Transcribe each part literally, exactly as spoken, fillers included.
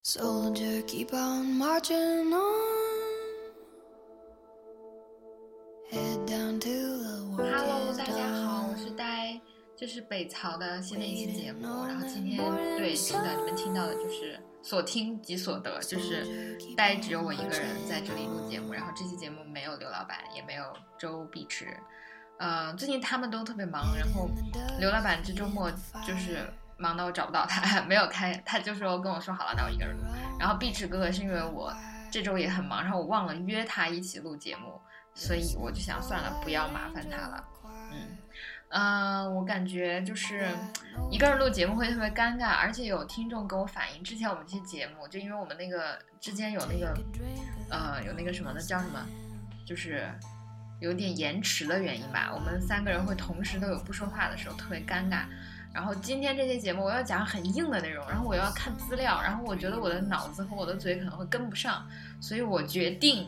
Soldier, keep on marching on. Head down till the work Hello， is 大家好，我 done. 是呆，这是北曹的新的一期节目。然后今天，对，是的，你们听到的就是所听即所得，就是呆只有我一个人在这里录节目。然后这期节目没有刘老板，也没有周碧池，呃，最近他们都特别忙。然后刘老板这周末就是忙到我找不到他，没有开，他就说跟我说好了，那我一个人录。然后碧池哥哥是因为我这周也很忙，然后我忘了约他一起录节目。所以我就想算了，不要麻烦他了。嗯，呃，我感觉就是一个人录节目会特别尴尬，而且有听众跟我反映，之前我们这期节目就因为我们那个之间有那个呃有那个什么的叫什么，就是有点延迟的原因吧，我们三个人会同时都有不说话的时候，特别尴尬。然后今天这期节目我要讲很硬的内容，然后我要看资料，然后我觉得我的脑子和我的嘴可能会跟不上，所以我决定。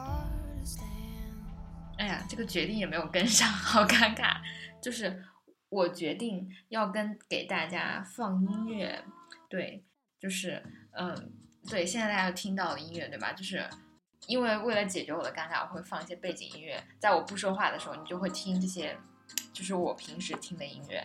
哎呀，这个决定也没有跟上，好尴尬。就是我决定要跟给大家放音乐，对，就是嗯，对，现在大家要听到的音乐，对吧？就是因为为了解决我的尴尬，我会放一些背景音乐，在我不说话的时候，你就会听这些，就是我平时听的音乐。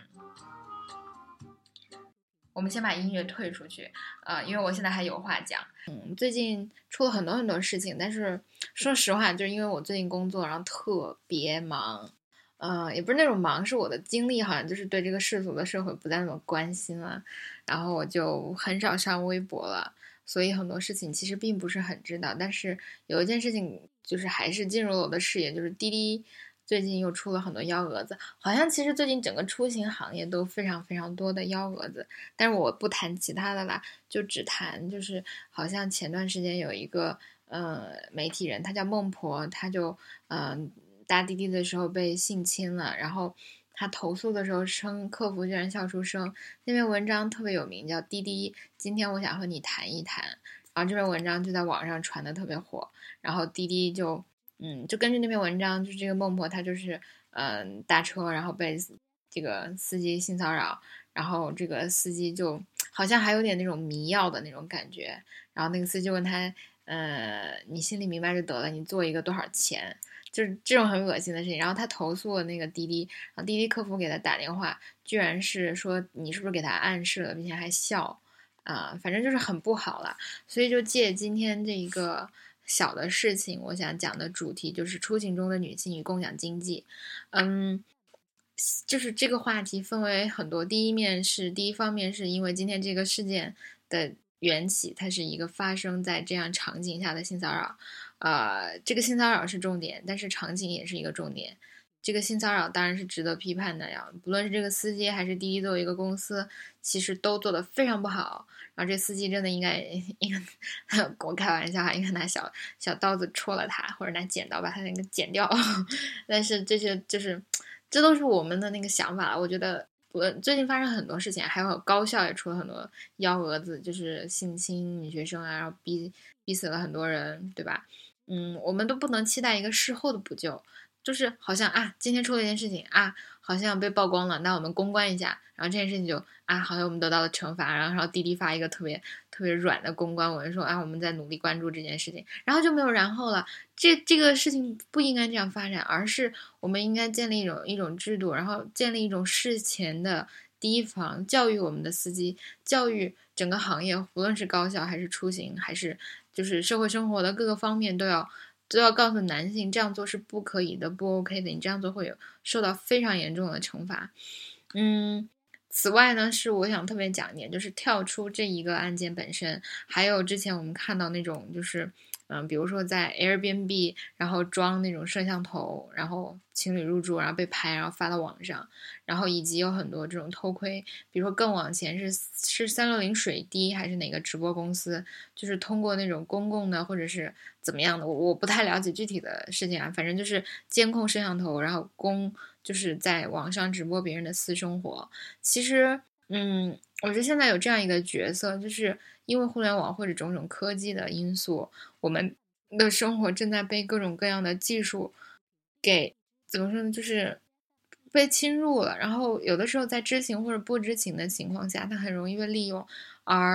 我们先把音乐退出去，呃，因为我现在还有话讲。嗯，最近出了很多很多事情，但是说实话，就是因为我最近工作，然后特别忙，呃，也不是那种忙，是我的精力好像就是对这个世俗的社会不再那么关心了，然后我就很少上微博了，所以很多事情其实并不是很知道。但是有一件事情就是还是进入了我的视野，就是滴滴。最近又出了很多幺蛾子，好像其实最近整个出行行业都非常非常多的幺蛾子，但是我不谈其他的啦，就只谈就是好像前段时间有一个呃媒体人，他叫孟婆，他就嗯、呃、搭滴滴的时候被性侵了，然后他投诉的时候称客服居然笑出声，那篇文章特别有名，叫滴滴今天我想和你谈一谈，然后这篇文章就在网上传的特别火，然后滴滴就。嗯，就根据那篇文章，就是这个孟婆她就是嗯、呃、搭车，然后被这个司机性骚扰，然后这个司机就好像还有点那种迷药的那种感觉，然后那个司机就问他，呃，你心里明白就得了，你做一个多少钱？就是这种很恶心的事情。然后他投诉了那个滴滴，然后滴滴客服给他打电话，居然是说你是不是给他暗示了，并且还笑，啊、呃，反正就是很不好了。所以就借今天这一个。小的事情，我想讲的主题就是出行中的女性与共享经济。嗯，就是这个话题分为很多，第一面是第一方面是因为今天这个事件的缘起，它是一个发生在这样场景下的性骚扰。呃，这个性骚扰是重点，但是场景也是一个重点。这个性骚扰当然是值得批判的呀，不论是这个司机还是滴滴作为一个公司，其实都做得非常不好。然后这司机真的应该应该，我开玩笑哈，应该拿小小刀子戳了他，或者拿剪刀把他那个剪掉。但是这些就是，这都是我们的那个想法。我觉得我最近发生很多事情，还有高校也出了很多幺蛾子，就是性侵女学生啊，然后逼逼死了很多人，对吧？嗯，我们都不能期待一个事后的补救。就是好像啊，今天出了一件事情啊，好像被曝光了，那我们公关一下，然后这件事情就啊，好像我们得到了惩罚，然后然后滴滴发一个特别特别软的公关文，说啊，我们在努力关注这件事情，然后就没有然后了。这这个事情不应该这样发展，而是我们应该建立一种一种制度，然后建立一种事前的提防，教育我们的司机，教育整个行业，无论是高校还是出行，还是就是社会生活的各个方面都要。都要告诉男性这样做是不可以的，不 OK 的，你这样做会有受到非常严重的惩罚。嗯，此外呢，是我想特别讲一点，就是跳出这一个案件本身，还有之前我们看到那种就是。嗯，比如说在 Airbnb，然后装那种摄像头，然后情侣入住，然后被拍，然后发到网上，然后以及有很多这种偷窥，比如说更往前是是三六零水滴还是哪个直播公司，就是通过那种公共的或者是怎么样的，我我不太了解具体的事情啊，反正就是监控摄像头，然后公就是在网上直播别人的私生活。其实，嗯，我觉得现在有这样一个角色，就是因为互联网或者种种科技的因素。我们的生活正在被各种各样的技术给怎么说呢，就是被侵入了。然后有的时候在知情或者不知情的情况下，它很容易被利用。而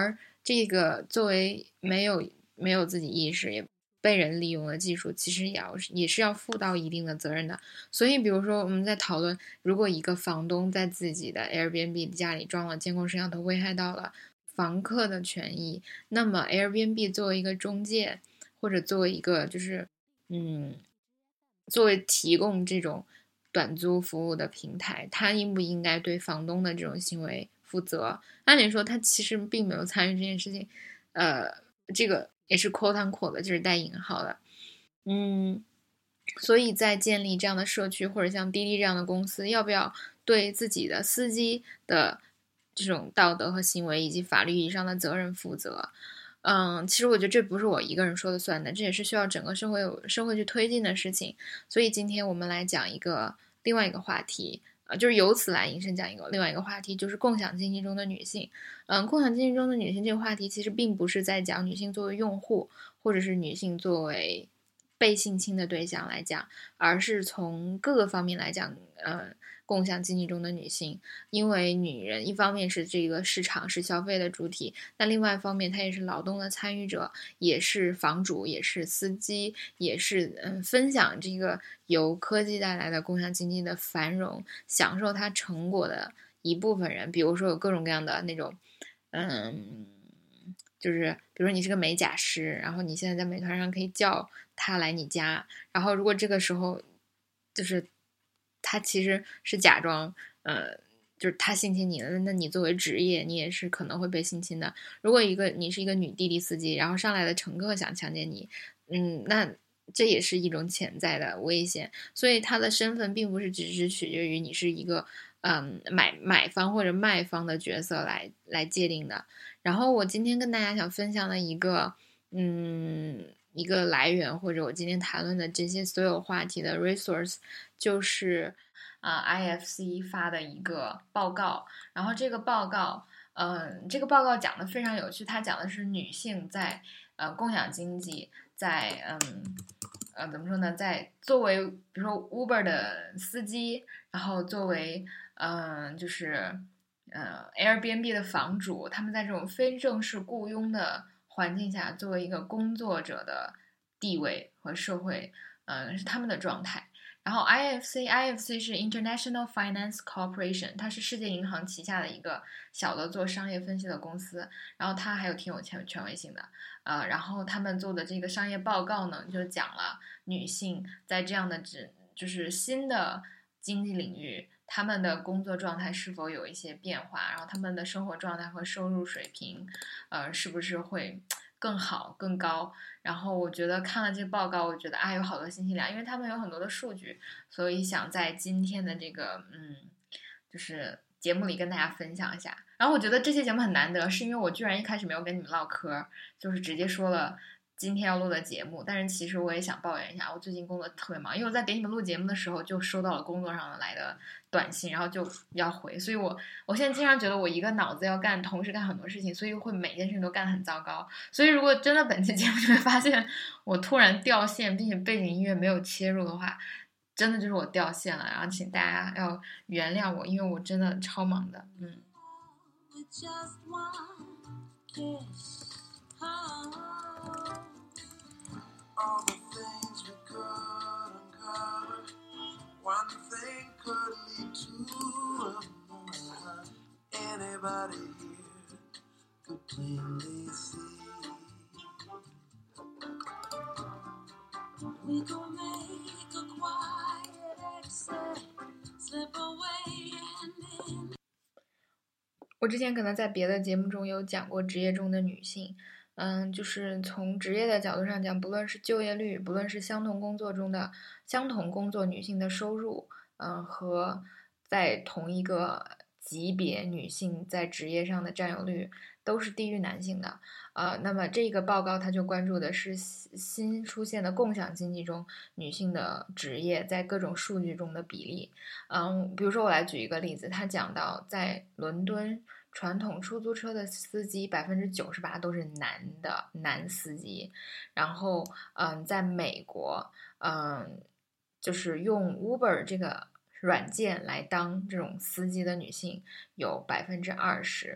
这个作为没有没有自己意识也被人利用的技术，其实也要也是要负到一定的责任的。所以比如说我们在讨论，如果一个房东在自己的 Airbnb 家里装了监控摄像头，危害到了房客的权益，那么 Airbnb 作为一个中介，或者作为一个就是嗯作为提供这种短租服务的平台，它应不应该对房东的这种行为负责？按理说他其实并没有参与这件事情，呃，这个也是 quote unquote 的，就是带引号的，嗯，所以在建立这样的社区或者像滴滴这样的公司，要不要对自己的司机的这种道德和行为以及法律意义上的责任负责？嗯，其实我觉得这不是我一个人说了算的，这也是需要整个社会社会去推进的事情。所以今天我们来讲一个另外一个话题。呃，就是由此来引申讲一个另外一个话题，就是共享经济中的女性。嗯，共享经济中的女性这个话题其实并不是在讲女性作为用户，或者是女性作为被性侵的对象来讲，而是从各个方面来讲，呃，共享经济中的女性。因为女人一方面是这个市场是消费的主体，但另外一方面她也是劳动的参与者，也是房主，也是司机，也是嗯分享这个由科技带来的共享经济的繁荣，享受它成果的一部分人。比如说有各种各样的那种嗯就是比如说你是个美甲师，然后你现在在美团上可以叫他来你家，然后如果这个时候就是他其实是假装呃就是他性侵你了，那你作为职业你也是可能会被性侵的。如果一个你是一个女滴滴司机，然后上来的乘客想强奸你，嗯，那这也是一种潜在的危险。所以他的身份并不是只是取决于你是一个嗯买买方或者卖方的角色来来界定的。然后我今天跟大家想分享的一个嗯一个来源，或者我今天谈论的这些所有话题的 resource， 就是啊、呃、I F C 发的一个报告。然后这个报告嗯、呃，这个报告讲的非常有趣，它讲的是女性在呃共享经济在嗯呃怎么说呢，在作为比如说 Uber 的司机，然后作为嗯、呃、就是呃 Airbnb 的房主，他们在这种非正式雇佣的环境下，作为一个工作者的地位和社会，嗯、呃、是他们的状态。然后 I F C，I F C 是 International Finance Corporation， 它是世界银行旗下的一个小的做商业分析的公司，然后它还有挺有权权威性的，呃，然后他们做的这个商业报告呢，就讲了女性在这样的只就是新的经济领域，他们的工作状态是否有一些变化，然后他们的生活状态和收入水平，呃，是不是会更好更高。然后我觉得看了这个报告，我觉得啊有好多信息量，因为他们有很多的数据，所以想在今天的这个嗯，就是节目里跟大家分享一下。然后我觉得这期节目很难得，是因为我居然一开始没有跟你们唠嗑，就是直接说了今天要录的节目。但是其实我也想抱怨一下，我最近工作特别忙，因为我在给你们录节目的时候就收到了工作上来的短信，然后就要回，所以我我现在经常觉得我一个脑子要干同时干很多事情，所以会每件事情都干得很糟糕。所以如果真的本期节目你会发现我突然掉线，并且背景音乐没有切入的话，真的就是我掉线了，然后请大家要原谅我，因为我真的超忙的。嗯。Just one kiss, oh. All the things we could uncover, one thing could lead to another. Anybody here could plainly see. We could make a quiet exit, slip away and in.我之前可能在别的节目中有讲过职业中的女性，嗯，就是从职业的角度上讲，不论是就业率，不论是相同工作中的相同工作女性的收入，嗯，和在同一个级别女性在职业上的占有率都是低于男性的。呃，那么这个报告它就关注的是新出现的共享经济中女性的职业在各种数据中的比例。嗯，比如说我来举一个例子，他讲到在伦敦传统出租车的司机百分之九十八都是男的男司机，然后嗯，在美国嗯，就是用 Uber 这个软件来当这种司机的女性有百分之二十。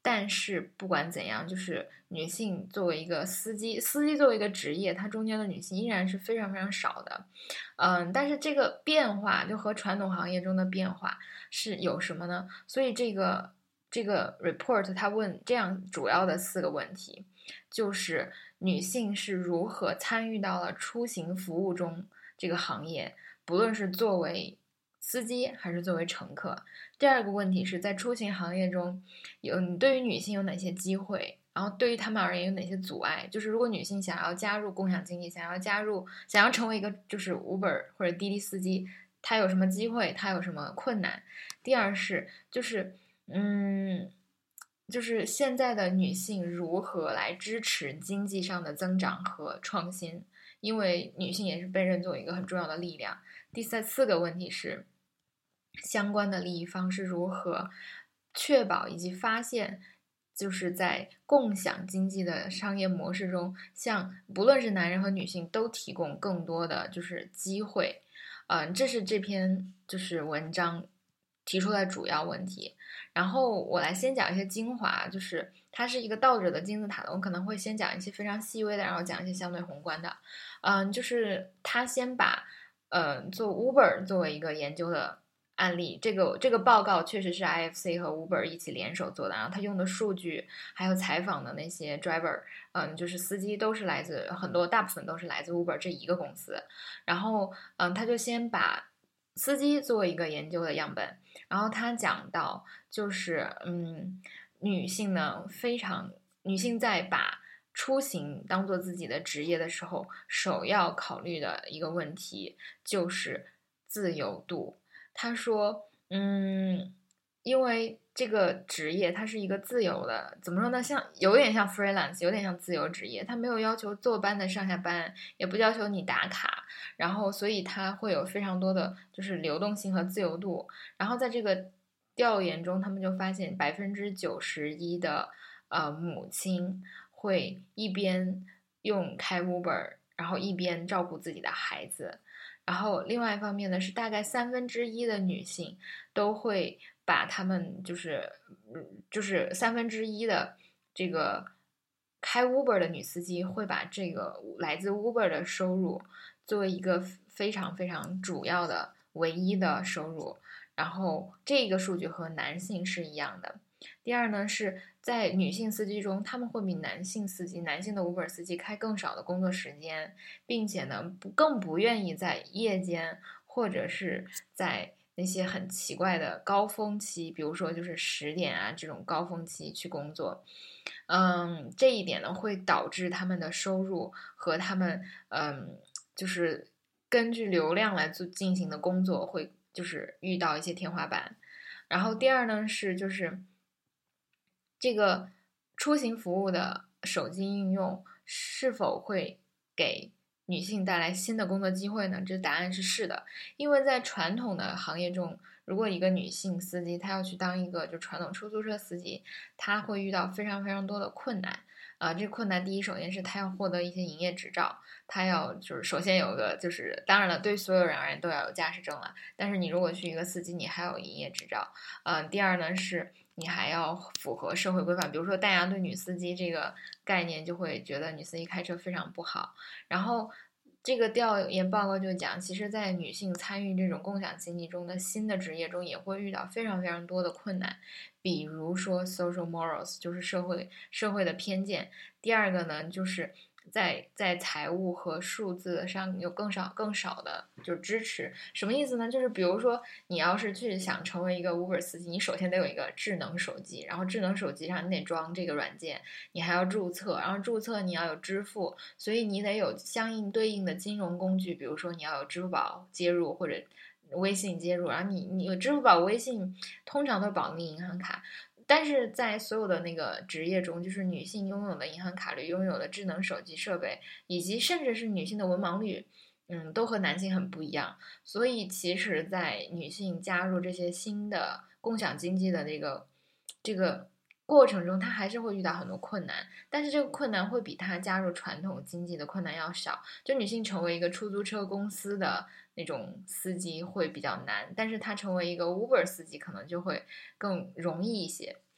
但是不管怎样，就是女性作为一个司机，司机作为一个职业，它中间的女性依然是非常非常少的。嗯，但是这个变化就和传统行业中的变化是有什么呢？所以这个这个 report 它问这样主要的四个问题，就是女性是如何参与到了出行服务中这个行业，不论是作为司机还是作为乘客。第二个问题是在出行行业中，有你对于女性有哪些机会？然后对于他们而言有哪些阻碍？就是如果女性想要加入共享经济，想要加入，想要成为一个就是 Uber 或者滴滴司机，她有什么机会？她有什么困难？第二是就是嗯，就是现在的女性如何来支持经济上的增长和创新？因为女性也是被认作一个很重要的力量。第三四个问题是，相关的利益方是如何确保以及发现，就是在共享经济的商业模式中，向不论是男人和女性都提供更多的就是机会。嗯、呃，这是这篇就是文章提出的主要问题。然后我来先讲一些精华，就是它是一个倒着的金字塔的，我可能会先讲一些非常细微的，然后讲一些相对宏观的。嗯，就是他先把呃做 Uber 作为一个研究的案例，这个这个报告确实是 I F C 和 Uber 一起联手做的，然后他用的数据还有采访的那些 driver， 嗯，就是司机都是来自很多，大部分都是来自 Uber 这一个公司。然后嗯，他就先把司机作为一个研究的样本，然后他讲到就是嗯，女性呢非常女性在把出行当做自己的职业的时候，首要考虑的一个问题就是自由度。他说，嗯，因为这个职业它是一个自由的，怎么说呢？像有点像 freelance， 有点像自由职业，它没有要求坐班的上下班，也不要求你打卡，然后所以它会有非常多的就是流动性和自由度。然后在这个调研中，他们就发现百分之九十一的呃母亲会一边用开 Uber，然后一边照顾自己的孩子。然后另外一方面呢，是大概三分之一的女性都会把她们就是就是三分之一的这个开 Uber 的女司机会把这个来自 Uber 的收入作为一个非常非常主要的唯一的收入。然后这个数据和男性是一样的。第二呢，是在女性司机中，他们会比男性司机、男性的 Uber 司机开更少的工作时间，并且呢，不更不愿意在夜间或者是在那些很奇怪的高峰期，比如说就是十点啊这种高峰期去工作。嗯，这一点呢会导致他们的收入和他们嗯就是根据流量来做进行的工作会就是遇到一些天花板。然后第二呢是就是这个出行服务的手机应用是否会给女性带来新的工作机会呢？这答案是是的，因为在传统的行业中，如果一个女性司机她要去当一个就传统出租车司机，她会遇到非常非常多的困难啊、呃。这困难第一，首先是她要获得一些营业执照，她要就是首先有个就是当然了，对所有人而言都要有驾驶证了，但是你如果去一个司机，你还有营业执照。嗯、呃，第二呢是你还要符合社会规范，比如说大家对女司机这个概念就会觉得女司机开车非常不好。然后这个调研报告就讲，其实在女性参与这种共享经济中的新的职业中，也会遇到非常非常多的困难，比如说 social morals， 就是社会社会的偏见。第二个呢，就是在在财务和数字上有更少更少的就是支持。什么意思呢？就是比如说你要是去想成为一个 Uber 司机，你首先得有一个智能手机，然后智能手机上你得装这个软件，你还要注册，然后注册你要有支付，所以你得有相应对应的金融工具，比如说你要有支付宝接入或者微信接入，然后你你有支付宝、微信，通常都是绑定银行卡。但是在所有的那个职业中，就是女性拥有的银行卡率、拥有的智能手机设备，以及甚至是女性的文盲率，嗯，都和男性很不一样。所以其实在女性加入这些新的共享经济的这个这个过程中，她还是会遇到很多困难，但是这个困难会比她加入传统经济的困难要少。就女性成为一个出租车公司的那种司机会比较难，但是她成为一个 Uber 司机可能就会更容易一些。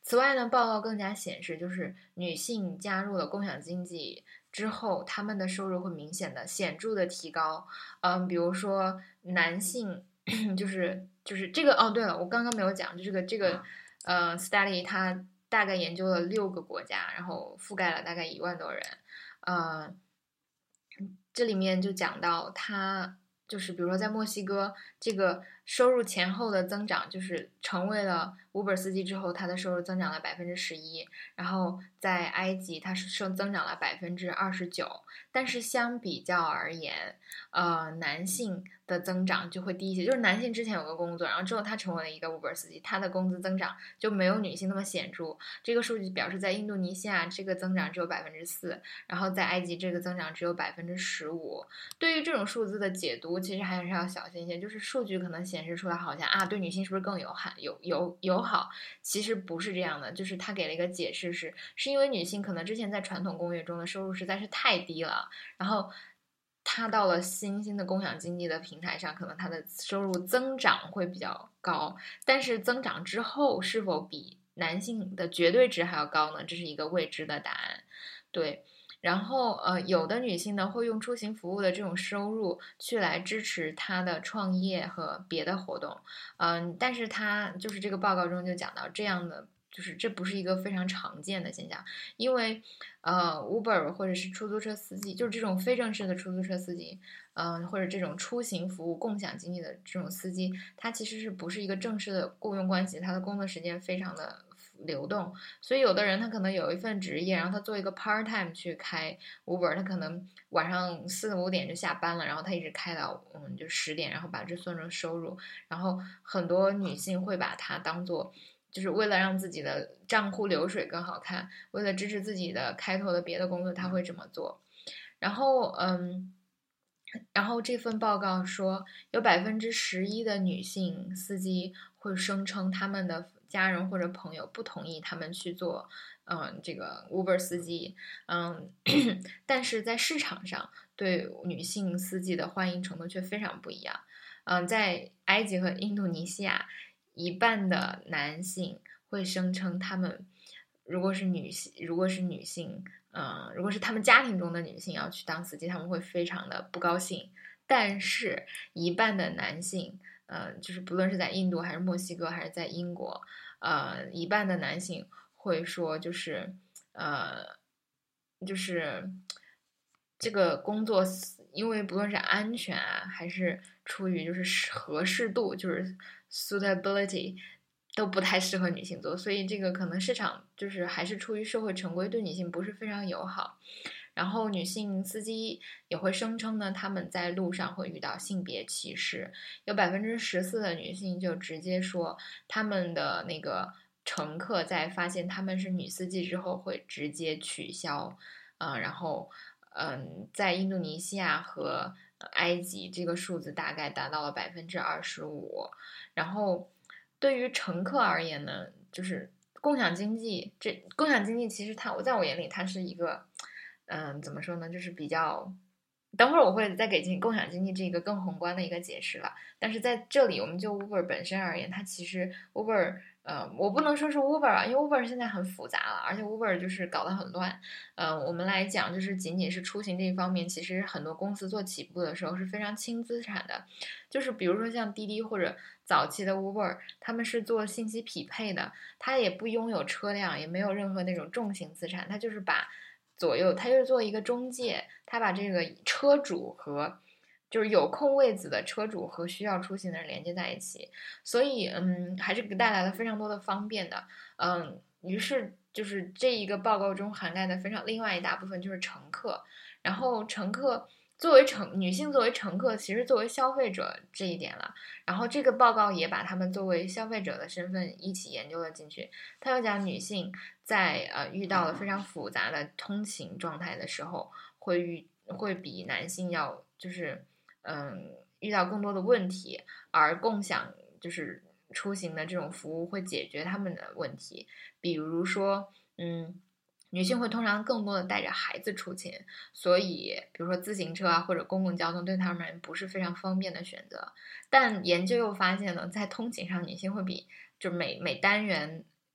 此外呢，报告更加显示，就是女性加入了共享经济之后，她们的收入会明显的、显著的提高。嗯，比如说男性，就是就是这个哦，对了，我刚刚没有讲，就这个这个呃，study 它大概研究了六个国家，然后覆盖了大概一万多人。呃，这里面就讲到它。就是比如说在墨西哥，这个收入前后的增长，就是成为了 Uber 司机之后，他的收入增长了百分之十一。然后在埃及，它是增增长了百分之二十九。但是相比较而言，呃，男性的增长就会低一些。就是男性之前有个工作，然后之后他成为了一个 Uber 司机，他的工资增长就没有女性那么显著。这个数据表示，在印度尼西亚这个增长只有百分之四，然后在埃及这个增长只有百分之十五。对于这种数字的解读，其实还是要小心一些。就是数据可能显示出来好像啊，对女性是不是更友好、友友友好？其实不是这样的。就是他给了一个解释是，是因为女性可能之前在传统工业中的收入实在是太低了，然后她到了新兴的共享经济的平台上，可能她的收入增长会比较高，但是增长之后是否比男性的绝对值还要高呢？这是一个未知的答案。对。然后，呃，有的女性呢会用出行服务的这种收入去来支持她的创业和别的活动，嗯，但是她就是这个报告中就讲到这样的，就是这不是一个非常常见的现象，因为，呃，Uber 或者是出租车司机，就是这种非正式的出租车司机，嗯、呃，或者这种出行服务共享经济的这种司机，他其实是不是一个正式的雇佣关系，他的工作时间非常的流动，所以有的人他可能有一份职业，然后他做一个 part time 去开 Uber， 他可能晚上四五点就下班了，然后他一直开到嗯就十点，然后把这算成收入。然后很多女性会把它当做，就是为了让自己的账户流水更好看，为了支持自己的开拓的别的工作，他会这么做。然后嗯。然后这份报告说，有百分之十一的女性司机会声称他们的家人或者朋友不同意他们去做，嗯，这个 Uber 司机，嗯，但是在市场上对女性司机的欢迎程度却非常不一样，嗯，在埃及和印度尼西亚，一半的男性会声称他们如果是女性，如果是女性。嗯，如果是他们家庭中的女性要去当司机，他们会非常的不高兴。但是，一半的男性，呃，就是不论是在印度还是墨西哥还是在英国，呃，一半的男性会说，就是呃，就是这个工作，因为不论是安全啊，还是出于就是合适度，就是 suitability。都不太适合女性做，所以这个可能市场就是还是出于社会成规，对女性不是非常友好。然后女性司机也会声称呢，他们在路上会遇到性别歧视，有百分之十四的女性就直接说，他们的那个乘客在发现他们是女司机之后会直接取消，嗯、呃，然后嗯，在印度尼西亚和埃及，这个数字大概达到了百分之二十五，然后。对于乘客而言呢，就是共享经济。这共享经济其实它，我在我眼里，它是一个，嗯，怎么说呢，就是比较。等会儿我会再给经共享经济这个更宏观的一个解释了。但是在这里，我们就 Uber 本身而言，它其实 Uber，呃，我不能说是 Uber 啊，因为 Uber 现在很复杂了，而且 Uber 就是搞得很乱。呃，我们来讲，就是仅仅是出行这一方面，其实很多公司做起步的时候是非常轻资产的，就是比如说像滴滴或者早期的 Uber，他们是做信息匹配的，它也不拥有车辆，也没有任何那种重型资产，它就是把左右，它就是做一个中介，它把这个车主和就是有空位子的车主和需要出行的人连接在一起，所以嗯，还是带来了非常多的方便的，嗯，于是就是这一个报告中涵盖的非常另外一大部分就是乘客，然后乘客。作为乘女性作为乘客，其实作为消费者这一点了。然后这个报告也把他们作为消费者的身份一起研究了进去。他又讲女性在呃遇到了非常复杂的通勤状态的时候，会遇会比男性要就是嗯遇到更多的问题，而共享就是出行的这种服务会解决他们的问题，比如说嗯。女性会通常更多的带着孩子出勤，所以比如说自行车啊或者公共交通对他们而言不是非常方便的选择。但研究又发现呢，在通勤上女性会比就每每单元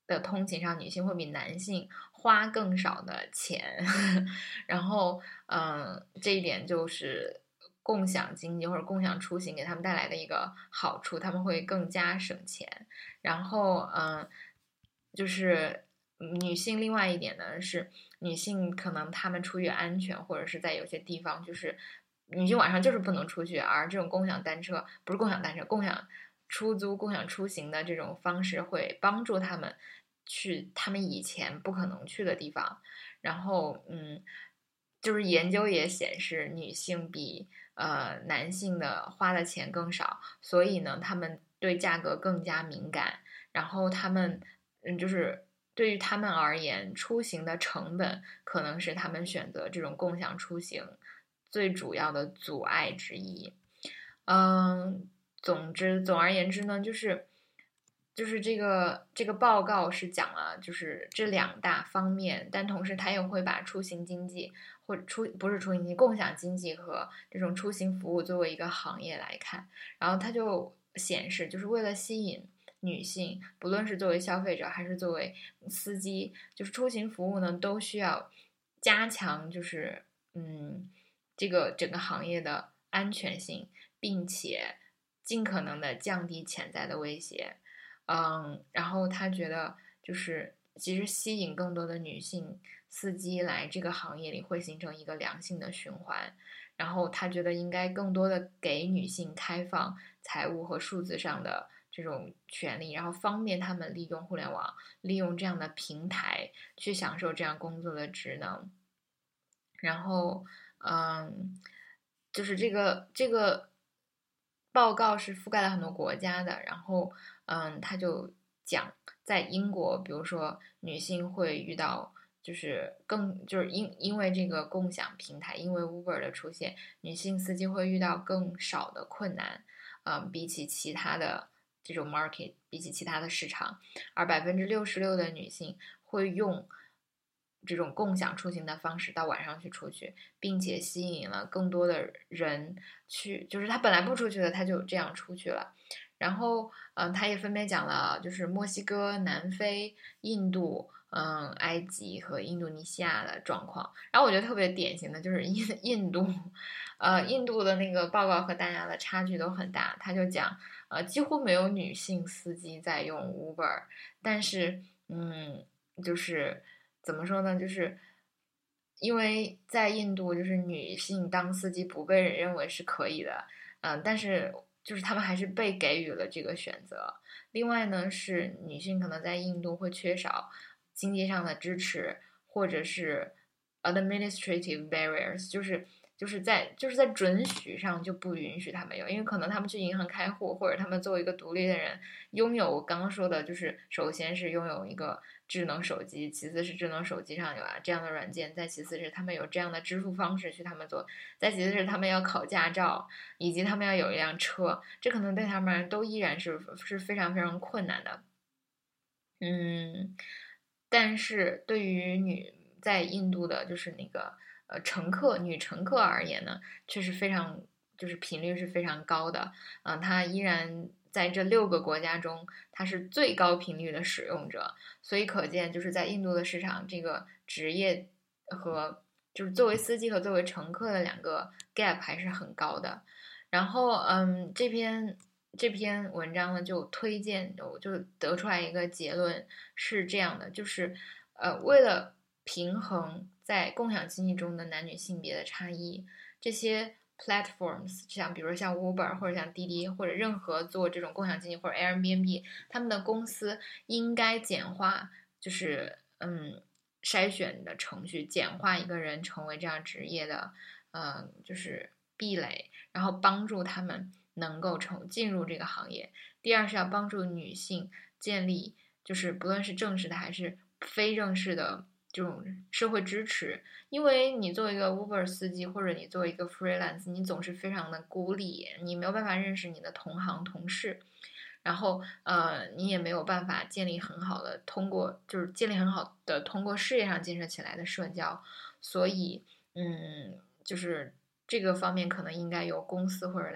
的通勤上，女性会比男性花更少的钱，然后嗯，这一点就是共享经济或者共享出行给他们带来的一个好处，他们会更加省钱。然后嗯，就是女性另外一点呢是女性可能她们出于安全或者是在有些地方就是女性晚上就是不能出去，而这种共享单车不是共享单车共享出租共享出行的这种方式会帮助他们去他们以前不可能去的地方。然后嗯，就是研究也显示女性比呃男性的花的钱更少，所以呢他们对价格更加敏感，然后他们嗯就是对于他们而言，出行的成本可能是他们选择这种共享出行最主要的阻碍之一。嗯，总之，总而言之呢，就是就是这个这个报告是讲了就是这两大方面，但同时它又会把出行经济或者出不是出行经济共享经济和这种出行服务作为一个行业来看，然后它就显示就是为了吸引女性，不论是作为消费者还是作为司机，就是出行服务呢都需要加强，就是嗯这个整个行业的安全性，并且尽可能的降低潜在的威胁。嗯，然后他觉得就是其实吸引更多的女性司机来这个行业里会形成一个良性的循环。然后他觉得应该更多的给女性开放财务和数字上的这种权利，然后方便他们利用互联网，利用这样的平台去享受这样工作的职能。然后嗯，就是这个这个报告是覆盖了很多国家的，然后嗯，他就讲在英国，比如说女性会遇到就是更就是因因为这个共享平台，因为 Uber 的出现，女性司机会遇到更少的困难，嗯，比起其他的这种 market， 比起其他的市场，而百分之六十六的女性会用这种共享出行的方式到晚上去出去，并且吸引了更多的人去，就是他本来不出去的，他就这样出去了。然后，嗯，他也分别讲了，就是墨西哥、南非、印度、嗯、埃及和印度尼西亚的状况。然后我觉得特别典型的就是印印度，呃，印度的那个报告和大家的差距都很大。他就讲，呃，几乎没有女性司机在用 Uber，但是，嗯，就是怎么说呢，就是因为在印度，就是女性当司机不被认为是可以的，嗯，但是就是他们还是被给予了这个选择。另外呢，是女性可能在印度会缺少经济上的支持，或者是 administrative barriers，就是就是在就是在准许上就不允许他们有，因为可能他们去银行开户，或者他们作为一个独立的人，拥有我刚刚说的，就是首先是拥有一个智能手机，其次是智能手机上有啊这样的软件，再其次是他们有这样的支付方式去他们做，再其次是他们要考驾照，以及他们要有一辆车，这可能对他们都依然是是非常非常困难的。嗯，但是对于女在印度的，就是那个呃乘客女乘客而言呢，却是非常就是频率是非常高的。嗯、呃，它依然在这六个国家中，它是最高频率的使用者。所以可见，就是在印度的市场，这个职业和就是作为司机和作为乘客的两个 gap 还是很高的。然后，嗯，这篇这篇文章呢，就推荐，我就得出来一个结论是这样的，就是，呃，为了平衡在共享经济中的男女性别的差异，这些 platforms，像比如像 Uber 或者像滴滴或者任何做这种共享经济或者 Airbnb，他们的公司应该简化，就是嗯筛选的程序，简化一个人成为这样职业的，呃，就是壁垒，然后帮助他们能够成进入这个行业。第二是要帮助女性建立，就是不论是正式的还是非正式的这种社会支持。因为你作为一个 Uber 司机，或者你作为一个 freelance， 你总是非常的孤立，你没有办法认识你的同行同事，然后呃，你也没有办法建立很好的通过就是建立很好的通过事业上建设起来的社交。所以嗯，就是这个方面可能应该由公司或者来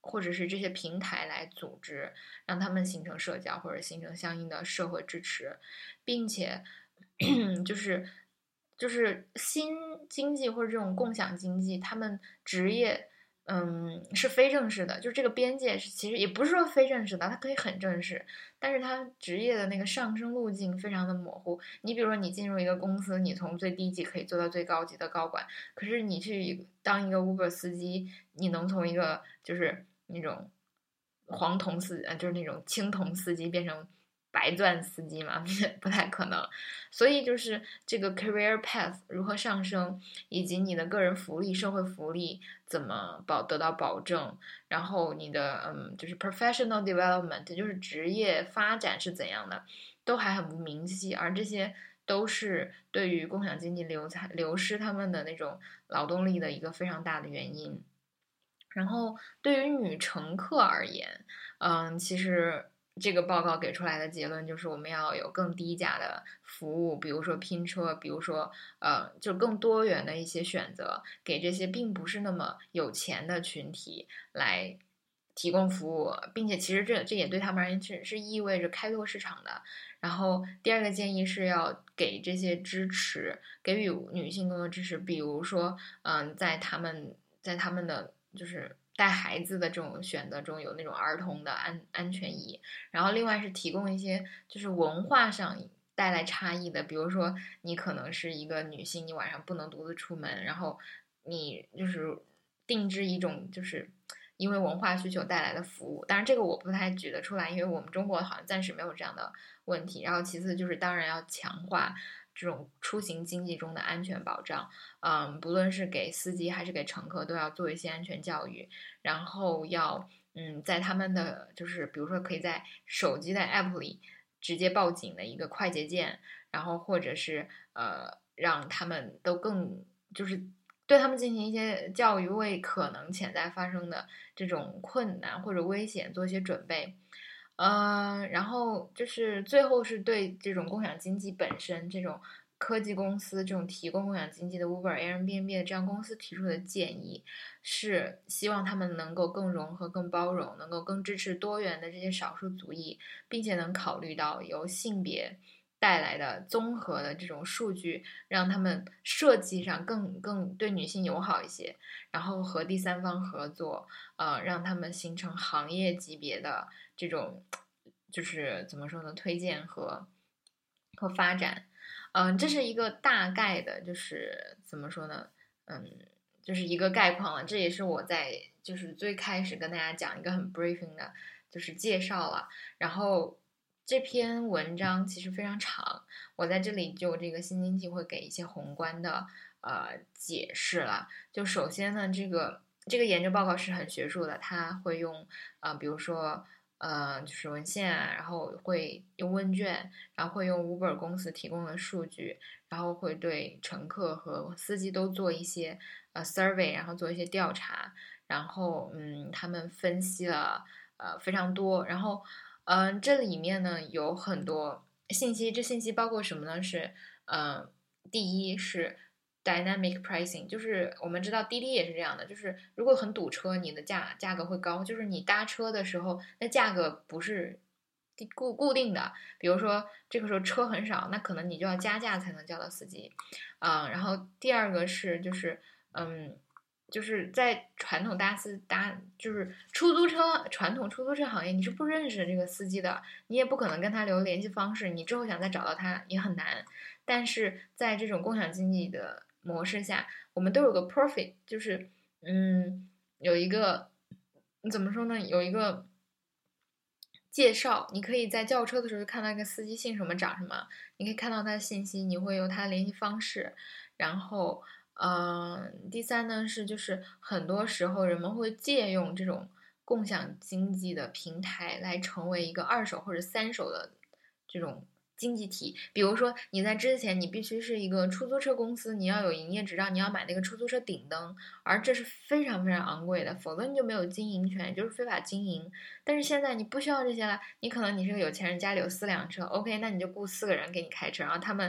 或者是这些平台来组织，让他们形成社交或者形成相应的社会支持，并且就是就是新经济或者这种共享经济，他们职业嗯是非正式的，就是这个边界是其实也不是说非正式的，它可以很正式，但是它职业的那个上升路径非常的模糊。你比如说你进入一个公司，你从最低级可以做到最高级的高管，可是你去当一个 Uber 司机，你能从一个就是那种黄铜司呃就是那种青铜司机变成白钻司机嘛，不太可能。所以就是这个 career path 如何上升，以及你的个人福利、社会福利怎么保得到保证，然后你的嗯就是 professional development 就是职业发展是怎样的，都还很不明晰，而这些都是对于共享经济流才流失他们的那种劳动力的一个非常大的原因。然后对于女乘客而言，嗯，其实这个报告给出来的结论就是我们要有更低价的服务，比如说拼车，比如说呃，就更多元的一些选择，给这些并不是那么有钱的群体来提供服务，并且其实这这也对他们而言是是意味着开拓市场的。然后第二个建议是要给这些支持，给予女性更多支持，比如说嗯，在他们在他们的就是带孩子的这种选择中有那种儿童的安安全椅，然后另外是提供一些就是文化上带来差异的，比如说你可能是一个女性，你晚上不能独自出门，然后你就是定制一种就是因为文化需求带来的服务，当然这个我不太举得出来，因为我们中国好像暂时没有这样的问题。然后其次就是当然要强化这种出行经济中的安全保障，嗯，不论是给司机还是给乘客，都要做一些安全教育，然后要嗯，在他们的就是比如说可以在手机的 app 里直接报警的一个快捷键，然后或者是呃让他们都更就是对他们进行一些教育，为可能潜在发生的这种困难或者危险做一些准备。呃，然后就是最后是对这种共享经济本身，这种科技公司这种提供共享经济的 Uber、Airbnb 的这样公司提出的建议，是希望他们能够更融合、更包容，能够更支持多元的这些少数族裔，并且能考虑到由性别带来的综合的这种数据，让他们设计上更更对女性友好一些，然后和第三方合作，呃，让他们形成行业级别的这种，就是怎么说呢，推荐和和发展。嗯、呃，这是一个大概的，就是怎么说呢，嗯，就是一个概况了。这也是我在就是最开始跟大家讲一个很 briefing 的，就是介绍了。然后这篇文章其实非常长，我在这里就这个新经济会给一些宏观的呃解释了。就首先呢，这个这个研究报告是很学术的，它会用呃比如说呃就是文献啊，然后会用问卷，然后会用 Uber 公司提供的数据，然后会对乘客和司机都做一些呃 survey，然后做一些调查，然后嗯他们分析了呃非常多，然后嗯、呃、这里面呢有很多信息，这信息包括什么呢？是嗯、呃、第一是dynamic pricing， 就是我们知道滴滴也是这样的，就是如果很堵车，你的价价格会高，就是你搭车的时候，那价格不是固固定的，比如说这个时候车很少，那可能你就要加价才能叫到司机，嗯，然后第二个是就是嗯。就是在传统搭司搭，就是出租车传统出租车行业，你是不认识这个司机的，你也不可能跟他留联系方式，你之后想再找到他也很难。但是在这种共享经济的模式下，我们都有个 profit， 就是嗯，有一个怎么说呢？有一个介绍，你可以在叫车的时候看到一个司机姓什么、长什么，你可以看到他的信息，你会有他的联系方式。然后，嗯、呃，第三呢是就是很多时候人们会借用这种共享经济的平台来成为一个二手或者三手的这种经济体。比如说你在之前你必须是一个出租车公司，你要有营业执照，你要买那个出租车顶灯，而这是非常非常昂贵的，否则你就没有经营权，就是非法经营。但是现在你不需要这些了，你可能你是个有钱人，家里有四辆车 ，OK， 那你就雇四个人给你开车，然后他们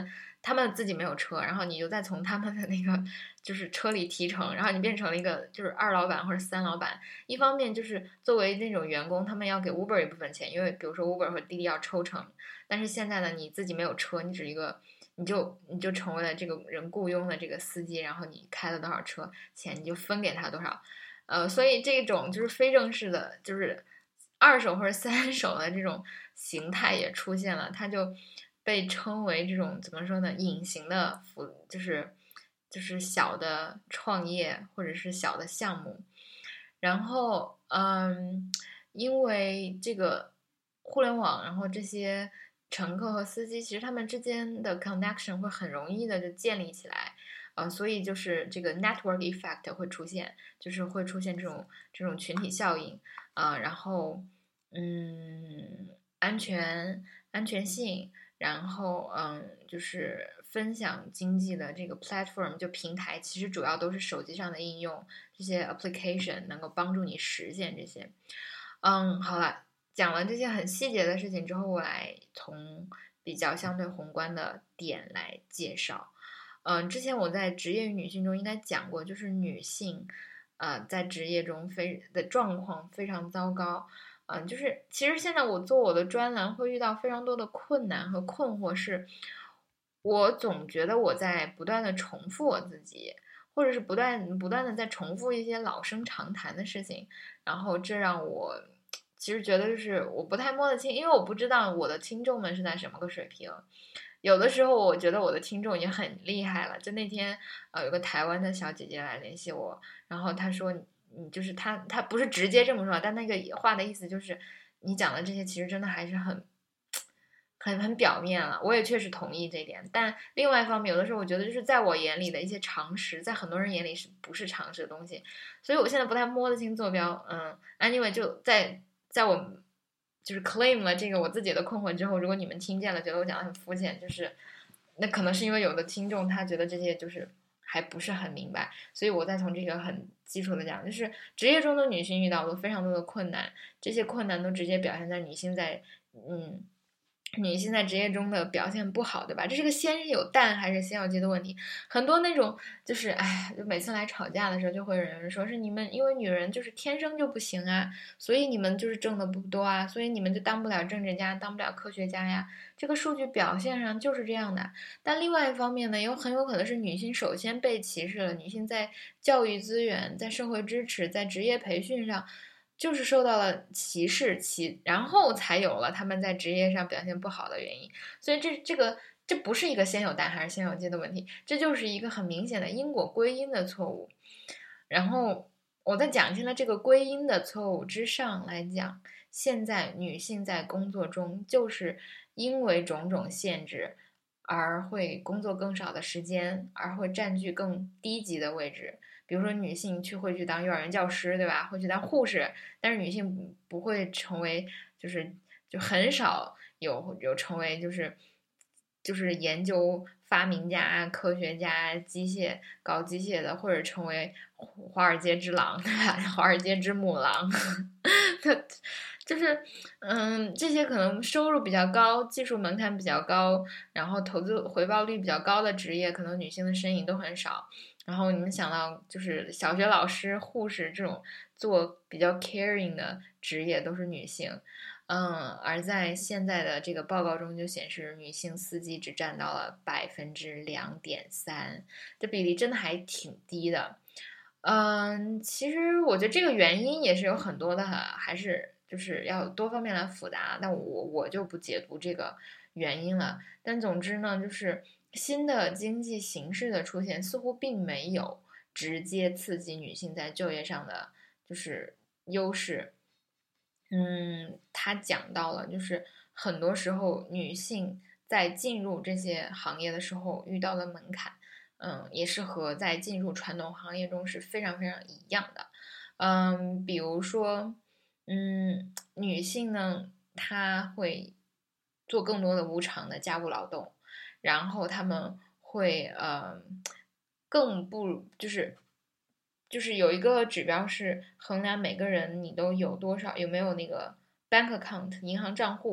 他们自己没有车，然后你就再从他们的那个就是车里提成，然后你变成了一个就是二老板或者三老板。一方面就是作为那种员工，他们要给 Uber 一部分钱，因为比如说 Uber 和滴滴要抽成。但是现在呢，你自己没有车，你只是一个，你就你就成为了这个人雇佣的这个司机，然后你开了多少车钱，你就分给他多少。呃，所以这种就是非正式的，就是二手或者三手的这种形态也出现了，它就被称为这种怎么说呢？隐形的服，就是就是小的创业或者是小的项目。然后，嗯，因为这个互联网，然后这些乘客和司机其实他们之间的 connection 会很容易的就建立起来。呃，所以就是这个 network effect 会出现，就是会出现这种这种群体效应啊、呃，然后嗯，安全安全性，然后嗯，就是分享经济的这个 platform 就平台，其实主要都是手机上的应用，这些 application 能够帮助你实现这些。嗯，好了，讲了这些很细节的事情之后，我来从比较相对宏观的点来介绍。嗯，之前我在职业与女性中应该讲过，就是女性，呃，在职业中非的状况非常糟糕。嗯，就是其实现在我做我的专栏会遇到非常多的困难和困惑，是我总觉得我在不断的重复我自己，或者是不断不断的在重复一些老生常谈的事情，然后这让我其实觉得就是我不太摸得清，因为我不知道我的听众们是在什么个水平。有的时候我觉得我的听众已经很厉害了，就那天呃有个台湾的小姐姐来联系我，然后她说你就是她她不是直接这么说，但那个话的意思就是你讲的这些其实真的还是很很很表面了。我也确实同意这一点，但另外一方面，有的时候我觉得就是在我眼里的一些常识，在很多人眼里是不是常识的东西，所以我现在不太摸得清坐标。嗯 anyway 就在在我就是 claim 了这个我自己的困惑之后，如果你们听见了觉得我讲的很肤浅，就是那可能是因为有的听众他觉得这些就是还不是很明白，所以我再从这个很基础的讲，就是职业中的女性遇到了非常多的困难，这些困难都直接表现在女性在嗯女性在职业中的表现不好，对吧？这是个先有蛋还是先有鸡的问题。很多那种就是哎，就每次来吵架的时候，就会有人说是你们因为女人就是天生就不行啊，所以你们就是挣的不多啊，所以你们就当不了政治家，当不了科学家呀。这个数据表现上就是这样的。但另外一方面呢，有很有可能是女性首先被歧视了，女性在教育资源、在社会支持、在职业培训上。就是受到了歧视，其然后才有了他们在职业上表现不好的原因。所以这这个这不是一个先有蛋还是先有鸡的问题，这就是一个很明显的因果归因的错误。然后我在讲现在这个归因的错误之上来讲，现在女性在工作中就是因为种种限制而会工作更少的时间，而会占据更低级的位置。比如说女性去会去当幼儿园教师，对吧？会去当护士，但是女性不会成为，就是就很少有有成为就是就是研究发明家、科学家、机械搞机械的，或者成为华尔街之狼，对吧？华尔街之母狼，他就是嗯，这些可能收入比较高、技术门槛比较高，然后投资回报率比较高的职业，可能女性的身影都很少。然后你们想到就是小学老师、护士这种做比较 caring 的职业都是女性，嗯，而在现在的这个报告中就显示，女性司机只占到了百分之两点三，这比例真的还挺低的。嗯，其实我觉得这个原因也是有很多的，还是就是要多方面来复杂。但我我就不解读这个原因了。但总之呢，就是新的经济形势的出现，似乎并没有直接刺激女性在就业上的就是优势。嗯，他讲到了，就是很多时候女性在进入这些行业的时候遇到了门槛。嗯，也是和在进入传统行业中是非常非常一样的。嗯，比如说，嗯，女性呢，她会做更多的无偿的家务劳动，然后她们会呃更不就是就是有一个指标是衡量每个人你都有多少有没有那个 bank account 银行账户。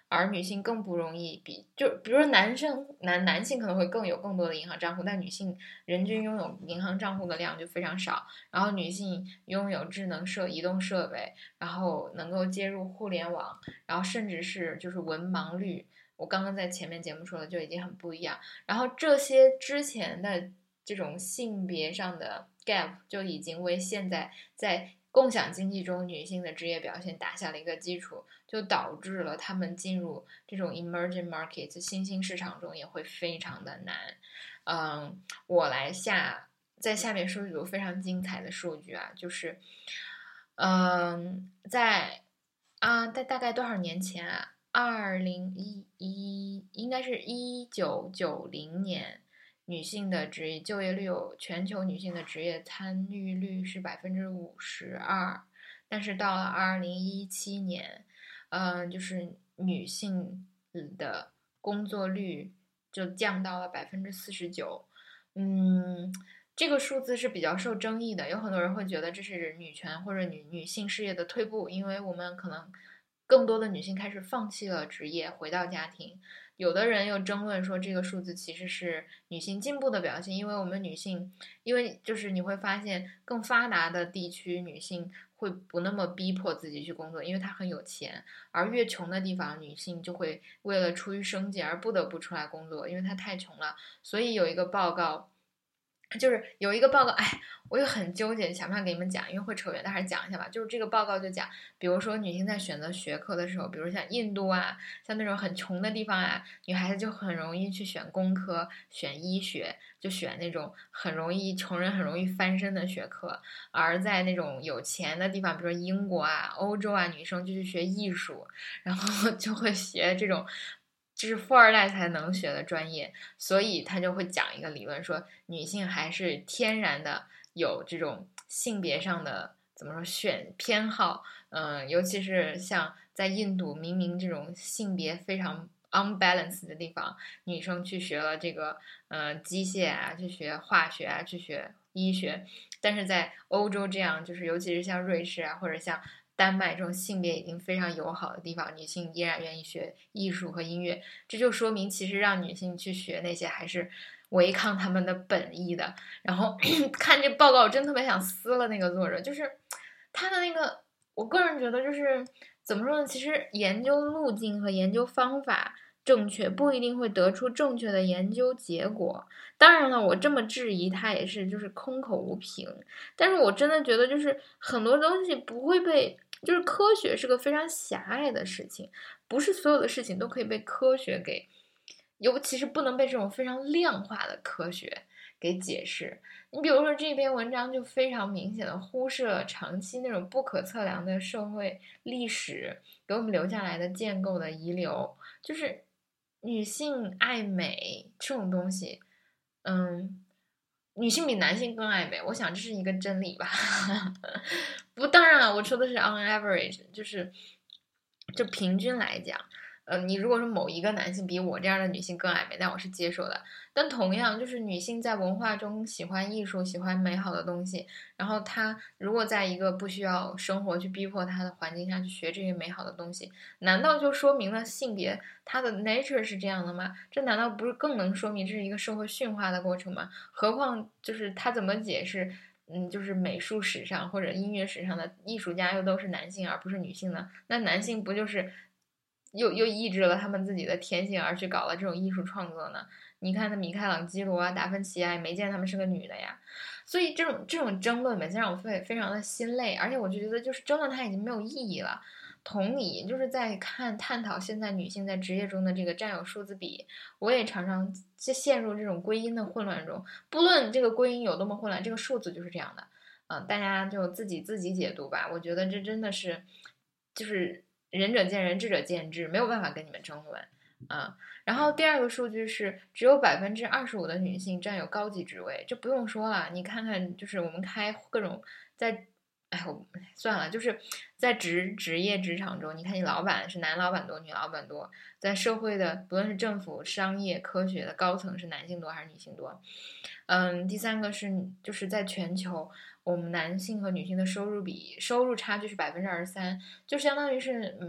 而女性更不容易比，就比如说男生男男性可能会更有更多的银行账户，但女性人均拥有银行账户的量就非常少。然后女性拥有智能设移动设备，然后能够接入互联网，然后甚至是就是文盲率，我刚刚在前面节目说的就已经很不一样。然后这些之前的这种性别上的 gap 就已经为现在在共享经济中女性的职业表现打下了一个基础，就导致了她们进入这种 emerging market 新兴市场中也会非常的难。嗯，我来下在下面说一组非常精彩的数据啊，就是嗯，在啊在大概多少年前啊，二零一一应该是一九九零年。女性的职业就业率有全球女性的职业参与率是百分之五十二，但是到了二零一七年，嗯，就是女性的工作率就降到了百分之四十九，嗯，这个数字是比较受争议的，有很多人会觉得这是女权或者女女性事业的退步，因为我们可能更多的女性开始放弃了职业，回到家庭。有的人又争论说这个数字其实是女性进步的表现，因为我们女性，因为就是你会发现更发达的地区女性会不那么逼迫自己去工作，因为她很有钱，而越穷的地方女性就会为了出于生计而不得不出来工作，因为她太穷了。所以有一个报告。就是有一个报告，哎，我又很纠结，想办法给你们讲，因为会扯远，但还是讲一下吧。就是这个报告就讲，比如说女性在选择学科的时候，比如像印度啊，像那种很穷的地方啊，女孩子就很容易去选工科、选医学，就选那种很容易穷人很容易翻身的学科。而在那种有钱的地方，比如说英国啊、欧洲啊，女生就去学艺术，然后就会学这种。就是富二代才能学的专业，所以他就会讲一个理论，说女性还是天然的有这种性别上的怎么说选偏好，嗯，尤其是像在印度，明明这种性别非常 unbalanced 的地方，女生去学了这个呃机械啊，去学化学啊，去学医学，但是在欧洲这样，就是尤其是像瑞士啊，或者像丹麦这种性别已经非常友好的地方，女性依然愿意学艺术和音乐，这就说明其实让女性去学那些还是违抗他们的本意的。然后看这报告，我真特别想撕了那个作者，就是他的那个，我个人觉得就是怎么说呢？其实研究路径和研究方法正确，不一定会得出正确的研究结果。当然了，我这么质疑他也是就是空口无凭，但是我真的觉得就是很多东西不会被。就是科学是个非常狭隘的事情，不是所有的事情都可以被科学给，尤其是不能被这种非常量化的科学给解释。你比如说这篇文章就非常明显的忽视了长期那种不可测量的社会历史给我们留下来的建构的遗留，就是女性爱美这种东西，嗯。女性比男性更爱美，我想这是一个真理吧。不，当然了，我说的是 on average，就是就平均来讲，呃，你如果说某一个男性比我这样的女性更爱美，那我是接受的。但同样，就是女性在文化中喜欢艺术，喜欢美好的东西，然后她如果在一个不需要生活去逼迫她的环境下去学这些美好的东西，难道就说明了性别它的 nature 是这样的吗？这难道不是更能说明这是一个社会驯化的过程吗？何况就是他怎么解释？嗯，就是美术史上或者音乐史上的艺术家又都是男性而不是女性呢？那男性不就是又又抑制了他们自己的天性而去搞了这种艺术创作呢？你看那米开朗基罗啊、达芬奇啊，没见他们是个女的呀。所以这种这种争论每次让我非非常的心累，而且我就觉得就是争论它已经没有意义了。同理，就是在看探讨现在女性在职业中的这个占有数字比，我也常常陷入这种归因的混乱中。不论这个归因有多么混乱，这个数字就是这样的，嗯、呃，大家就自己自己解读吧。我觉得这真的是，就是仁者见仁，智者见智，没有办法跟你们争论啊。然后第二个数据是，只有百分之二十五的女性占有高级职位，这不用说了，你看看，就是我们开各种在。哎，我算了，就是在职职业职场中，你看你老板是男老板多，女老板多，在社会的不论是政府、商业、科学的高层是男性多还是女性多？嗯，第三个是就是在全球，我们男性和女性的收入比收入差距是百分之二十三，就相当于是嗯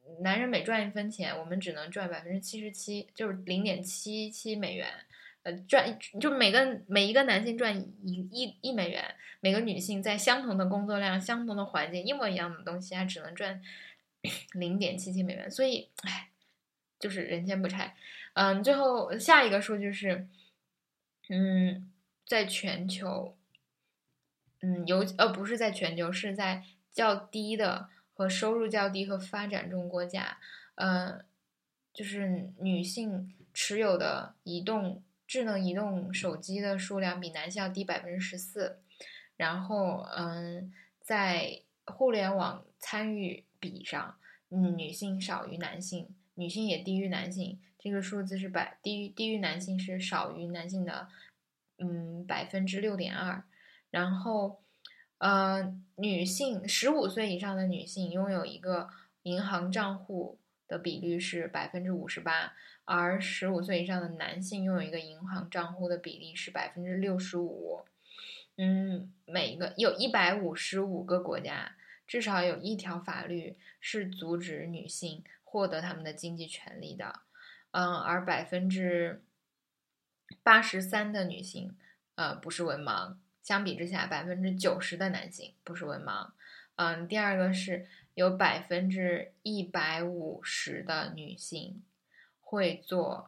男人每赚一分钱，我们只能赚百分之七十七，就是零点七七美元。呃，赚就每个每一个男性赚一一一美元，每个女性在相同的工作量、相同的环境、一模一样的东西，还只能赚零点七七美元。所以，哎，就是人间不拆。嗯，最后下一个数据是，嗯，在全球，嗯，有呃不是在全球，是在较低的和收入较低和发展中国家，呃，就是女性持有的移动智能移动手机的数量比男性要低百分之十四，然后嗯，在互联网参与比上，嗯，女性少于男性，女性也低于男性，这个数字是百低于低于男性是少于男性的，嗯，百分之六点二。然后，呃，女性十五岁以上的女性拥有一个银行账户的比率是百分之五十八，而十五岁以上的男性拥有一个银行账户的比例是百分之六十五。嗯，每一个有一百五十五个国家，至少有一条法律是阻止女性获得他们的经济权利的。嗯，而百分之八十三的女性，呃，不是文盲。相比之下，百分之九十的男性不是文盲。嗯，第二个是有百分之一百五十的女性会做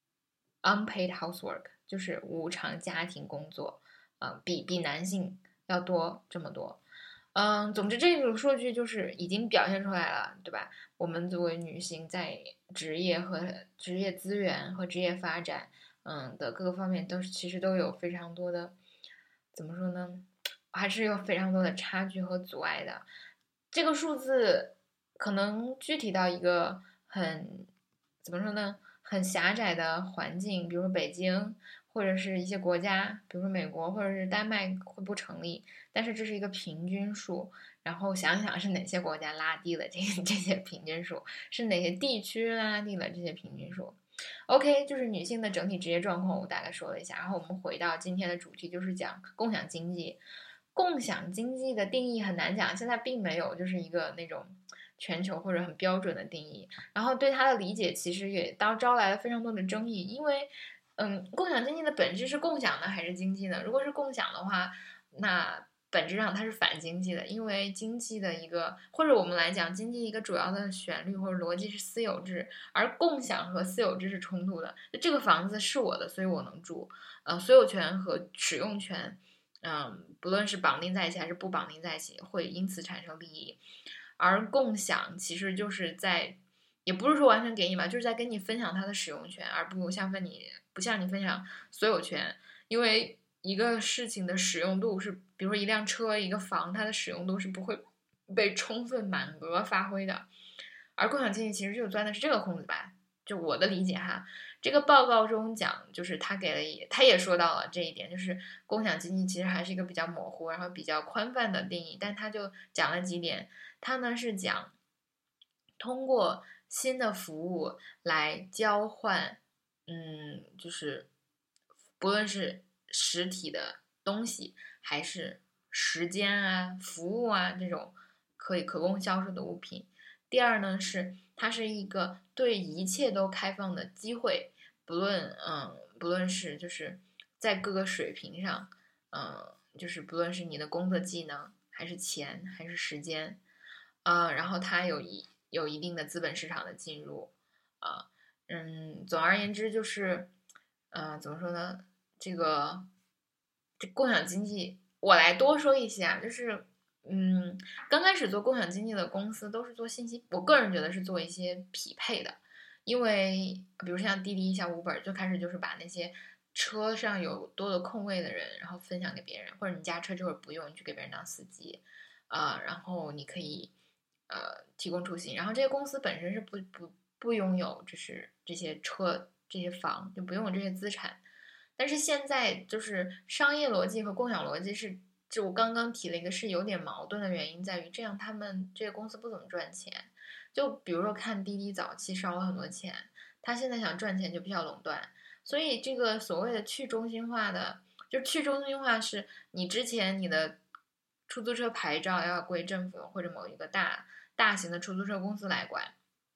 unpaid housework，就是无偿家庭工作，嗯，比比男性要多这么多。嗯，总之这组数据就是已经表现出来了，对吧？我们作为女性在职业和职业资源和职业发展，嗯的各个方面都是其实都有非常多的，怎么说呢？还是有非常多的差距和阻碍的。这个数字可能具体到一个很怎么说呢？很狭窄的环境，比如说北京或者是一些国家，比如说美国或者是丹麦会不成立。但是这是一个平均数，然后想想是哪些国家拉低了这这些平均数，是哪些地区拉低了这些平均数。OK，就是女性的整体职业状况，我大概说了一下。然后我们回到今天的主题，就是讲共享经济。共享经济的定义很难讲，现在并没有就是一个那种全球或者很标准的定义。然后对它的理解其实也当招来了非常多的争议，因为，嗯，共享经济的本质是共享呢还是经济呢？如果是共享的话，那本质上它是反经济的，因为经济的一个或者我们来讲，经济一个主要的旋律或者逻辑是私有制，而共享和私有制是冲突的。这个房子是我的，所以我能住，呃，所有权和使用权。嗯，不论是绑定在一起还是不绑定在一起，会因此产生利益。而共享其实就是在，也不是说完全给你吧，就是在跟你分享它的使用权，而不像分你不像你分享所有权。因为一个事情的使用度是，比如说一辆车、一个房，它的使用度是不会被充分满额发挥的。而共享经济其实就钻的是这个空子吧，就我的理解哈。这个报告中讲，就是他给了，他也说到了这一点，就是共享经济其实还是一个比较模糊，然后比较宽泛的定义。但他就讲了几点，他呢是讲通过新的服务来交换，嗯，就是不论是实体的东西，还是时间啊、服务啊这种可以可供销售的物品。第二呢是它是一个对一切都开放的机会，不论嗯不论是就是在各个水平上，嗯就是不论是你的工作技能还是钱还是时间，呃然后它有一有一定的资本市场的进入，啊嗯总而言之就是呃怎么说呢，这个这共享经济我来多说一些啊，就是嗯，刚开始做共享经济的公司都是做信息，我个人觉得是做一些匹配的，因为比如像滴滴、像 Uber，最开始就是把那些车上有多的空位的人，然后分享给别人，或者你家车这会儿不用，你去给别人当司机，啊、呃，然后你可以呃提供出行，然后这些公司本身是不不不拥有就是这些车、这些房，就不用有这些资产，但是现在就是商业逻辑和共享逻辑是。就我刚刚提了一个是有点矛盾的原因在于，这样他们这些公司不怎么赚钱。就比如说看滴滴早期烧了很多钱，他现在想赚钱就必须要垄断，所以这个所谓的去中心化的，就去中心化是你之前你的出租车牌照要归政府或者某一个大大型的出租车公司来管，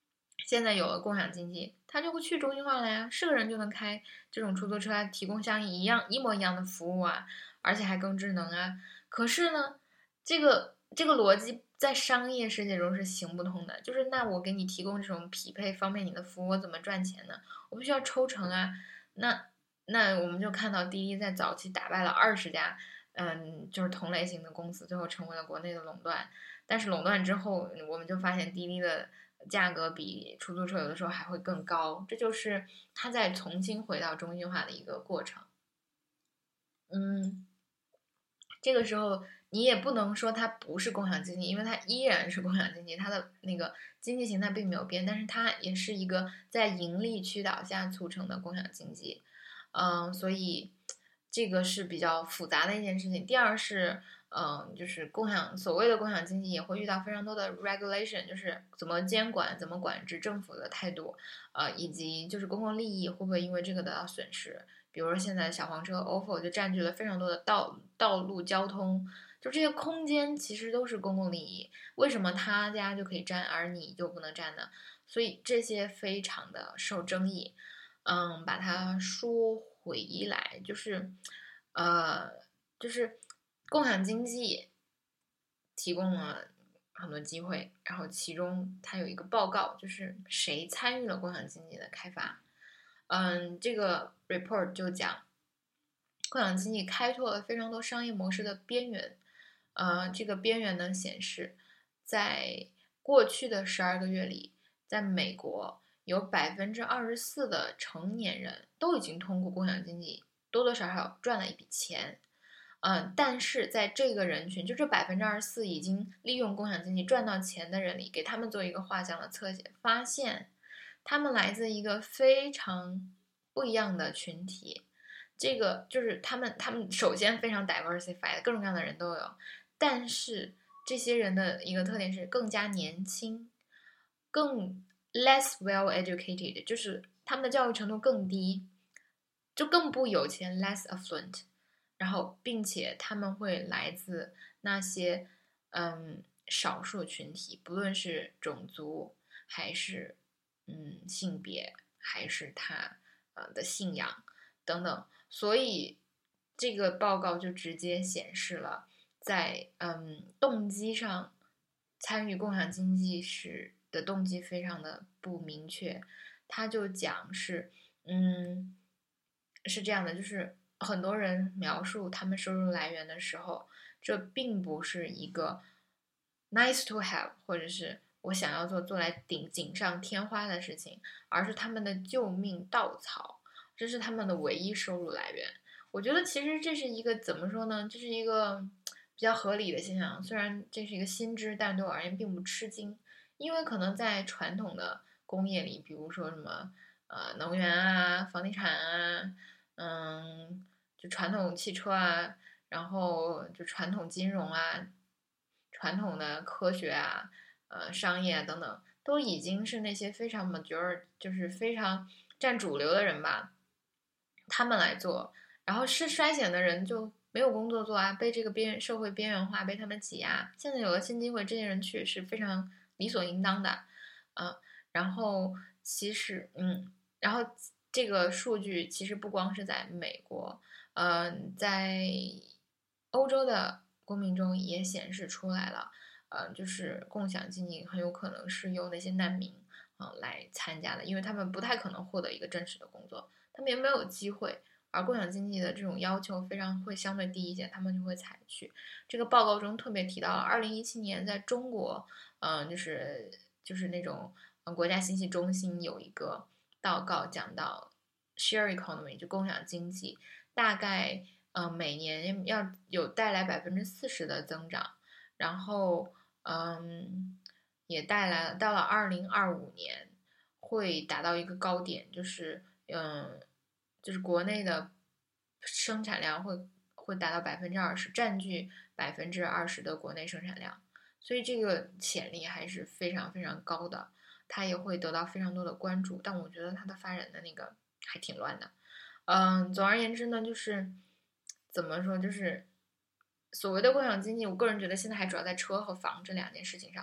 现在有了共享经济，它就会去中心化了呀，是个人就能开这种出租车啊，提供相应一样一模一样的服务啊，而且还更智能啊。可是呢，这个这个逻辑在商业世界中是行不通的，就是那我给你提供这种匹配方便你的服务，我怎么赚钱呢？我必须要抽成啊。那那我们就看到滴滴在早期打败了二十家，嗯，就是同类型的公司，最后成为了国内的垄断。但是垄断之后，我们就发现滴滴的价格比出租车有的时候还会更高，这就是它在重新回到中心化的一个过程。嗯，这个时候你也不能说它不是共享经济，因为它依然是共享经济，它的那个经济形态并没有变，但是它也是一个在盈利驱导下促成的共享经济。嗯，所以这个是比较复杂的一件事情。第二是，嗯，就是共享所谓的共享经济也会遇到非常多的 regulation，就是怎么监管、怎么管制，政府的态度，呃，以及就是公共利益会不会因为这个得到损失。比如说现在小黄车 O F O 就占据了非常多的道道路交通，就这些空间其实都是公共利益，为什么他家就可以占，而你就不能占呢？所以这些非常的受争议。嗯，把它说回来，就是，呃，就是共享经济提供了很多机会，然后其中它有一个报告，就是谁参与了共享经济的开发。嗯，这个 report 就讲，共享经济开拓了非常多商业模式的边缘。呃，这个边缘呢显示，在过去的十二个月里，在美国有百分之二十四的成年人都已经通过共享经济多多少少赚了一笔钱。嗯，但是在这个人群，就这百分之二十四已经利用共享经济赚到钱的人里，给他们做一个画像的侧写，发现他们来自一个非常不一样的群体。这个就是他们，他们首先非常 diversified，各种各样的人都有，但是这些人的一个特点是更加年轻，更 less well educated，就是他们的教育程度更低，就更不有钱 less affluent，然后并且他们会来自那些嗯少数群体，不论是种族还是嗯性别还是他呃的信仰等等，所以这个报告就直接显示了在嗯动机上，参与共享经济时的动机非常的不明确。他就讲是嗯是这样的，就是很多人描述他们收入来源的时候，这并不是一个 nice to have，或者是我想要做做来顶锦上添花的事情，而是他们的救命稻草，这是他们的唯一收入来源。我觉得其实这是一个怎么说呢？这是一个比较合理的现象。虽然这是一个新知，但对我而言并不吃惊，因为可能在传统的工业里，比如说什么呃能源啊、房地产啊，嗯，就传统汽车啊，然后就传统金融啊、传统的科学啊、呃商业啊等等，都已经是那些非常 mature，就是非常占主流的人吧，他们来做。然后是衰减的人就没有工作做啊，被这个边社会边缘化，被他们挤压。现在有了新机会，这些人去是非常理所应当的，啊、呃。然后其实，嗯，然后这个数据其实不光是在美国，嗯、呃，在欧洲的公民中也显示出来了，呃，就是共享经济很有可能是由那些难民啊、呃、来参加的，因为他们不太可能获得一个真实的工作，他们也没有机会。而共享经济的这种要求非常会相对低一些，他们就会采取。这个报告中特别提到了，二零一七年在中国，嗯、呃，就是就是那种嗯国家信息中心有一个报告讲到 share economy， 就共享经济，大概嗯、呃、每年要有带来百分之四十的增长，然后嗯也带来了到了二零二五年会达到一个高点，就是嗯。就是国内的生产量会会达到百分之二十，占据百分之二十的国内生产量，所以这个潜力还是非常非常高的，它也会得到非常多的关注。但我觉得它的发展的那个还挺乱的。嗯，总而言之呢，就是怎么说，就是所谓的共享经济，我个人觉得现在还主要在车和房这两件事情上了。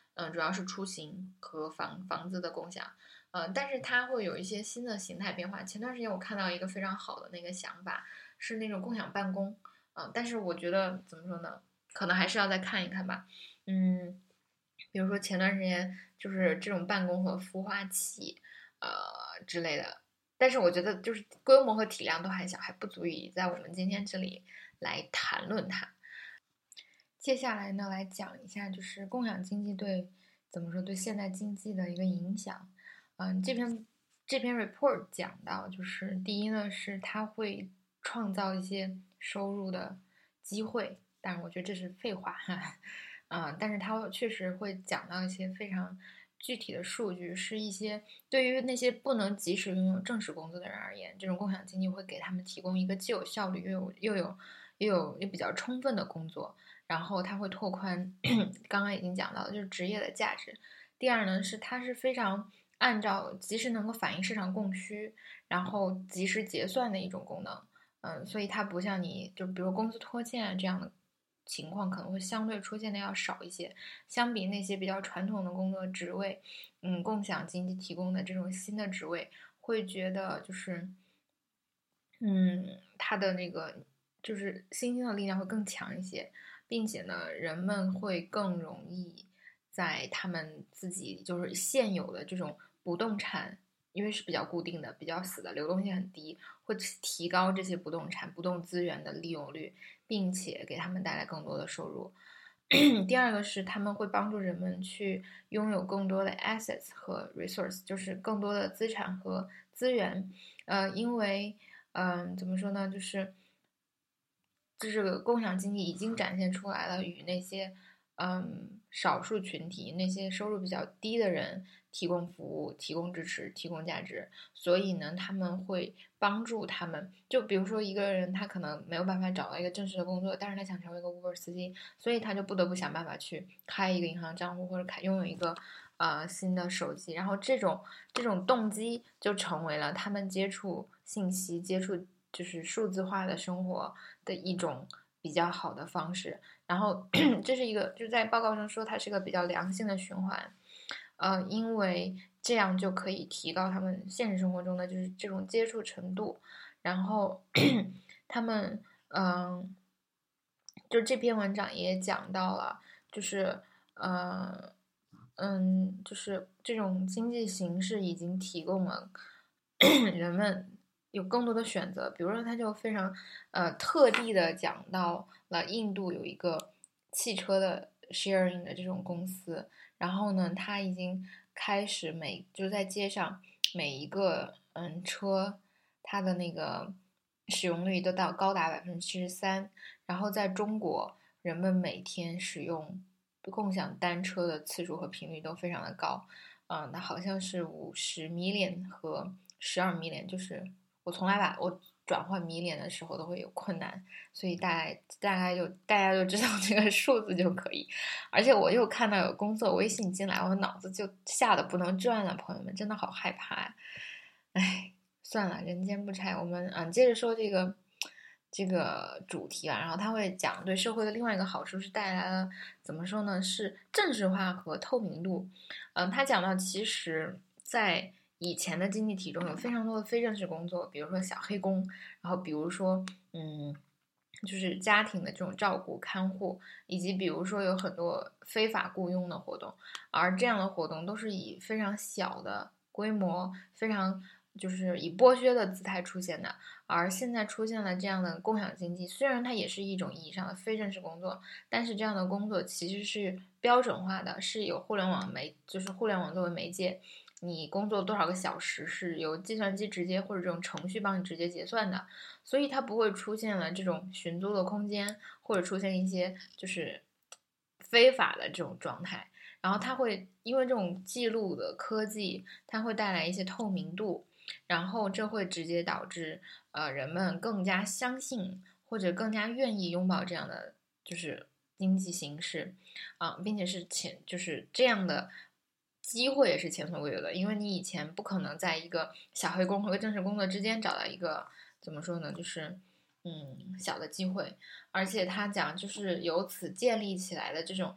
嗯，主要是出行和房房子的共享。嗯，但是它会有一些新的形态变化。前段时间我看到一个非常好的那个想法，是那种共享办公。嗯，但是我觉得怎么说呢，可能还是要再看一看吧。嗯，比如说前段时间就是这种办公和孵化器，呃之类的。但是我觉得就是规模和体量都还小，还不足以在我们今天这里来谈论它。接下来呢，来讲一下就是共享经济对怎么说对现代经济的一个影响。嗯，这篇这篇 report 讲到，就是第一呢是它会创造一些收入的机会，但是我觉得这是废话哈。嗯，但是它确实会讲到一些非常具体的数据，是一些对于那些不能及时拥有正式工作的人而言，这种共享经济会给他们提供一个既有效率又有又有又有又比较充分的工作。然后它会拓宽刚刚已经讲到的就是职业的价值。第二呢是它是非常按照及时能够反映市场供需，然后及时结算的一种功能。嗯，所以它不像你就比如公司拖欠这样的情况可能会相对出现的要少一些。相比那些比较传统的工作职位，嗯，共享经济提供的这种新的职位，会觉得就是嗯，它的那个就是新兴的力量会更强一些。并且呢，人们会更容易在他们自己就是现有的这种不动产，因为是比较固定的、比较死的，流动性很低，会提高这些不动产、不动资源的利用率，并且给他们带来更多的收入。第二个是他们会帮助人们去拥有更多的 assets 和 resource， 就是更多的资产和资源。呃，因为嗯、呃，怎么说呢，就是。这个共享经济已经展现出来了，与那些嗯少数群体、那些收入比较低的人提供服务、提供支持、提供价值。所以呢，他们会帮助他们。就比如说一个人，他可能没有办法找到一个正式的工作，但是他想成为一个 Uber 司机，所以他就不得不想办法去开一个银行账户，或者开拥有一个呃新的手机。然后这种这种动机就成为了他们接触信息、接触。就是数字化的生活的一种比较好的方式。然后这是一个就在报告中说它是个比较良性的循环。呃，因为这样就可以提高他们现实生活中的就是这种接触程度。然后他们嗯，就这篇文章也讲到了，就是呃嗯，就是这种经济形式已经提供了人们有更多的选择。比如说他就非常呃特地的讲到了印度有一个汽车的 sharing 的这种公司。然后呢他已经开始每就在街上每一个嗯车它的那个使用率都到高达百分之七十三。然后在中国人们每天使用共享单车的次数和频率都非常的高。嗯，那好像是五十 million 和十二 million，就是我从来把我转换 million 的时候都会有困难，所以大概大概就大家就知道这个数字就可以。而且我又看到有工作微信进来，我脑子就吓得不能转了，朋友们真的好害怕呀！哎，算了，人间不拆，我们嗯接着说这个。这个主题啊，然后他会讲对社会的另外一个好处是带来了怎么说呢？是正式化和透明度。嗯，他讲到其实，在以前的经济体中有非常多的非正式工作，比如说小黑工，然后比如说嗯，就是家庭的这种照顾、看护，以及比如说有很多非法雇佣的活动，而这样的活动都是以非常小的规模，非常。就是以剥削的姿态出现的。而现在出现了这样的共享经济，虽然它也是一种意义上的非正式工作，但是这样的工作其实是标准化的，是有互联网媒，就是互联网作为媒介，你工作多少个小时是由计算机直接或者这种程序帮你直接结算的，所以它不会出现了这种寻租的空间，或者出现一些就是非法的这种状态。然后它会因为这种记录的科技，它会带来一些透明度。然后这会直接导致呃人们更加相信或者更加愿意拥抱这样的就是经济形势啊、呃，并且是前就是这样的机会也是前所未有的。因为你以前不可能在一个小黑工和正式工作之间找到一个怎么说呢，就是嗯小的机会。而且他讲就是由此建立起来的这种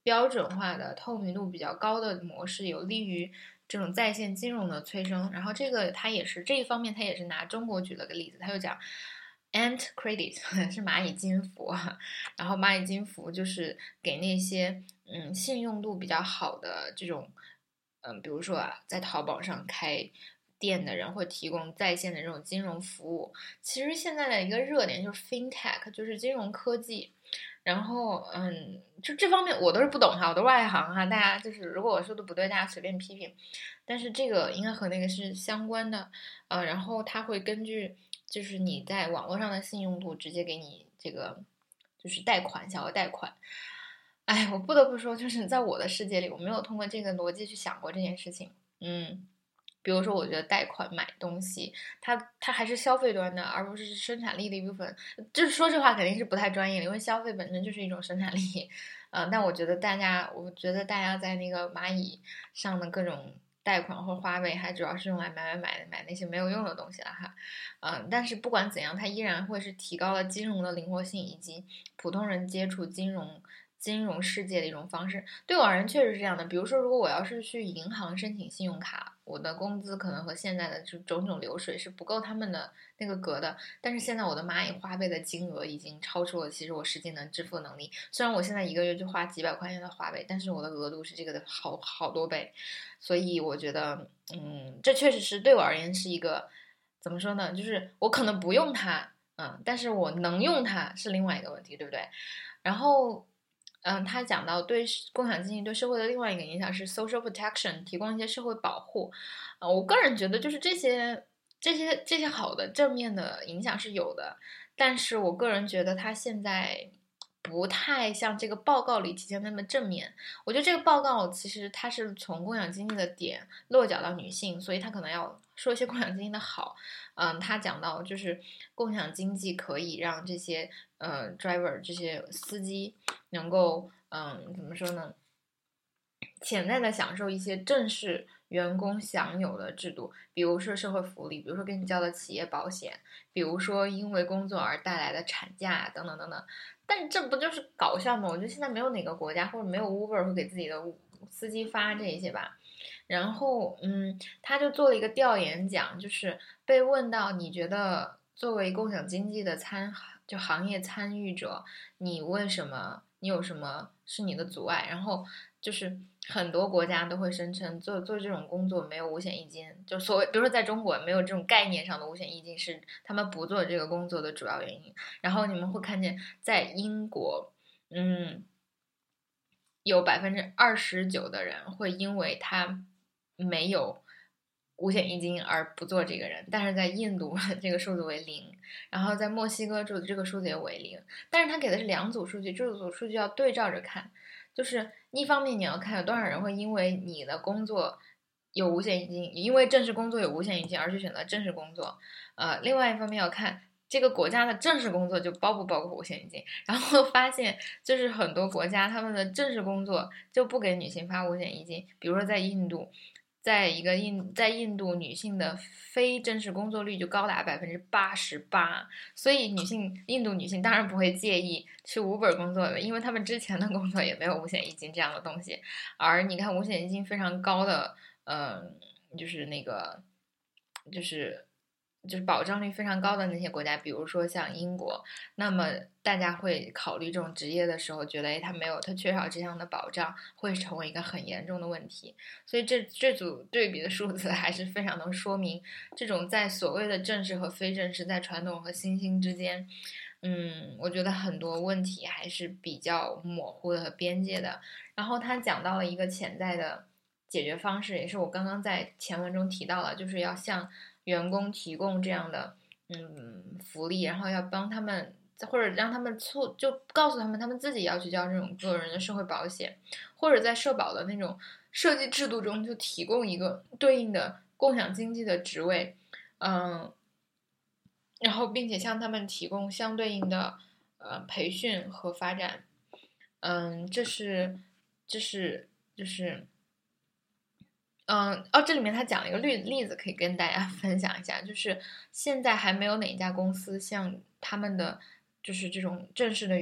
标准化的、透明度比较高的模式，有利于这种在线金融的催生。然后这个他也是这一方面，他也是拿中国举了个例子，他就讲 Ant Credit 是蚂蚁金服，然后蚂蚁金服就是给那些嗯信用度比较好的这种嗯，比如说啊，在淘宝上开店的人会提供在线的这种金融服务。其实现在的一个热点就是 FinTech，就是金融科技。然后，嗯，就这方面我都是不懂哈，我都是外行哈。大家就是如果我说的不对，大家随便批评。但是这个应该和那个是相关的，呃，然后它会根据就是你在网络上的信用度，直接给你这个就是贷款，小额贷款。哎，我不得不说，就是在我的世界里，我没有通过这个逻辑去想过这件事情。嗯。比如说，我觉得贷款买东西，它它还是消费端的，而不是生产力的一部分。就是说这话肯定是不太专业的，因为消费本身就是一种生产力。嗯、呃，但我觉得大家，我觉得大家在那个蚂蚁上的各种贷款或花呗，还主要是用来买买买买那些没有用的东西了哈。嗯、呃，但是不管怎样，它依然会是提高了金融的灵活性以及普通人接触金融。金融世界的一种方式，对我而言确实是这样的。比如说，如果我要是去银行申请信用卡，我的工资可能和现在的就种种流水是不够他们的那个格的。但是现在我的蚂蚁花呗的金额已经超出了其实我实际能支付能力。虽然我现在一个月就花几百块钱的花呗，但是我的额度是这个的好好多倍。所以我觉得，嗯，这确实是对我而言是一个怎么说呢？就是我可能不用它，嗯，但是我能用它是另外一个问题，对不对？然后。嗯，他讲到对共享经济对社会的另外一个影响是 social protection， 提供一些社会保护。呃，我个人觉得就是这些这些这些好的正面的影响是有的，但是我个人觉得它现在不太像这个报告里体现那么正面。我觉得这个报告其实它是从共享经济的点落脚到女性，所以它可能要说一些共享经济的好。嗯，他讲到就是共享经济可以让这些呃 driver 这些司机能够嗯怎么说呢，潜在的享受一些正式员工享有的制度，比如说社会福利，比如说给你交的企业保险，比如说因为工作而带来的产假等等等等。但这不就是搞笑吗？我觉得现在没有哪个国家或者没有 Uber 会给自己的司机发这些吧。然后，嗯，他就做了一个调研讲，就是被问到你觉得作为共享经济的参就行业参与者，你为什么你有什么是你的阻碍？然后就是很多国家都会声称做做这种工作没有五险一金，就所谓比如说在中国没有这种概念上的五险一金是他们不做这个工作的主要原因。然后你们会看见在英国，嗯。有百分之二十九的人会因为他没有五险一金而不做这个人，但是在印度这个数字为零，然后在墨西哥这这个数字也为零，但是他给的是两组数据，这组数据要对照着看，就是一方面你要看有多少人会因为你的工作有五险一金，因为正式工作有五险一金而去选择正式工作，呃，另外一方面要看。这个国家的正式工作就包不包括五险一金，然后发现就是很多国家他们的正式工作就不给女性发五险一金，比如说在印度，在一个印在印度女性的非正式工作率就高达百分之八十八，所以女性印度女性当然不会介意去五本工作的，因为他们之前的工作也没有五险一金这样的东西，而你看五险一金非常高的，嗯，就是那个就是。就是保障率非常高的那些国家，比如说像英国，那么大家会考虑这种职业的时候，觉得哎，它没有，它缺少这样的保障，会成为一个很严重的问题。所以这这组对比的数字还是非常能说明，这种在所谓的正式和非正式，在传统和新兴之间，嗯，我觉得很多问题还是比较模糊的和边界的。然后他讲到了一个潜在的解决方式，也是我刚刚在前文中提到了，就是要向员工提供这样的嗯福利，然后要帮他们或者让他们促就告诉他们他们自己要去交这种个人的社会保险，或者在社保的那种设计制度中就提供一个对应的共享经济的职位，嗯，然后并且向他们提供相对应的呃培训和发展，嗯，这是这是就是。嗯，哦，这里面他讲了一个例例子，可以跟大家分享一下，就是现在还没有哪一家公司像他们的就是这种正式的员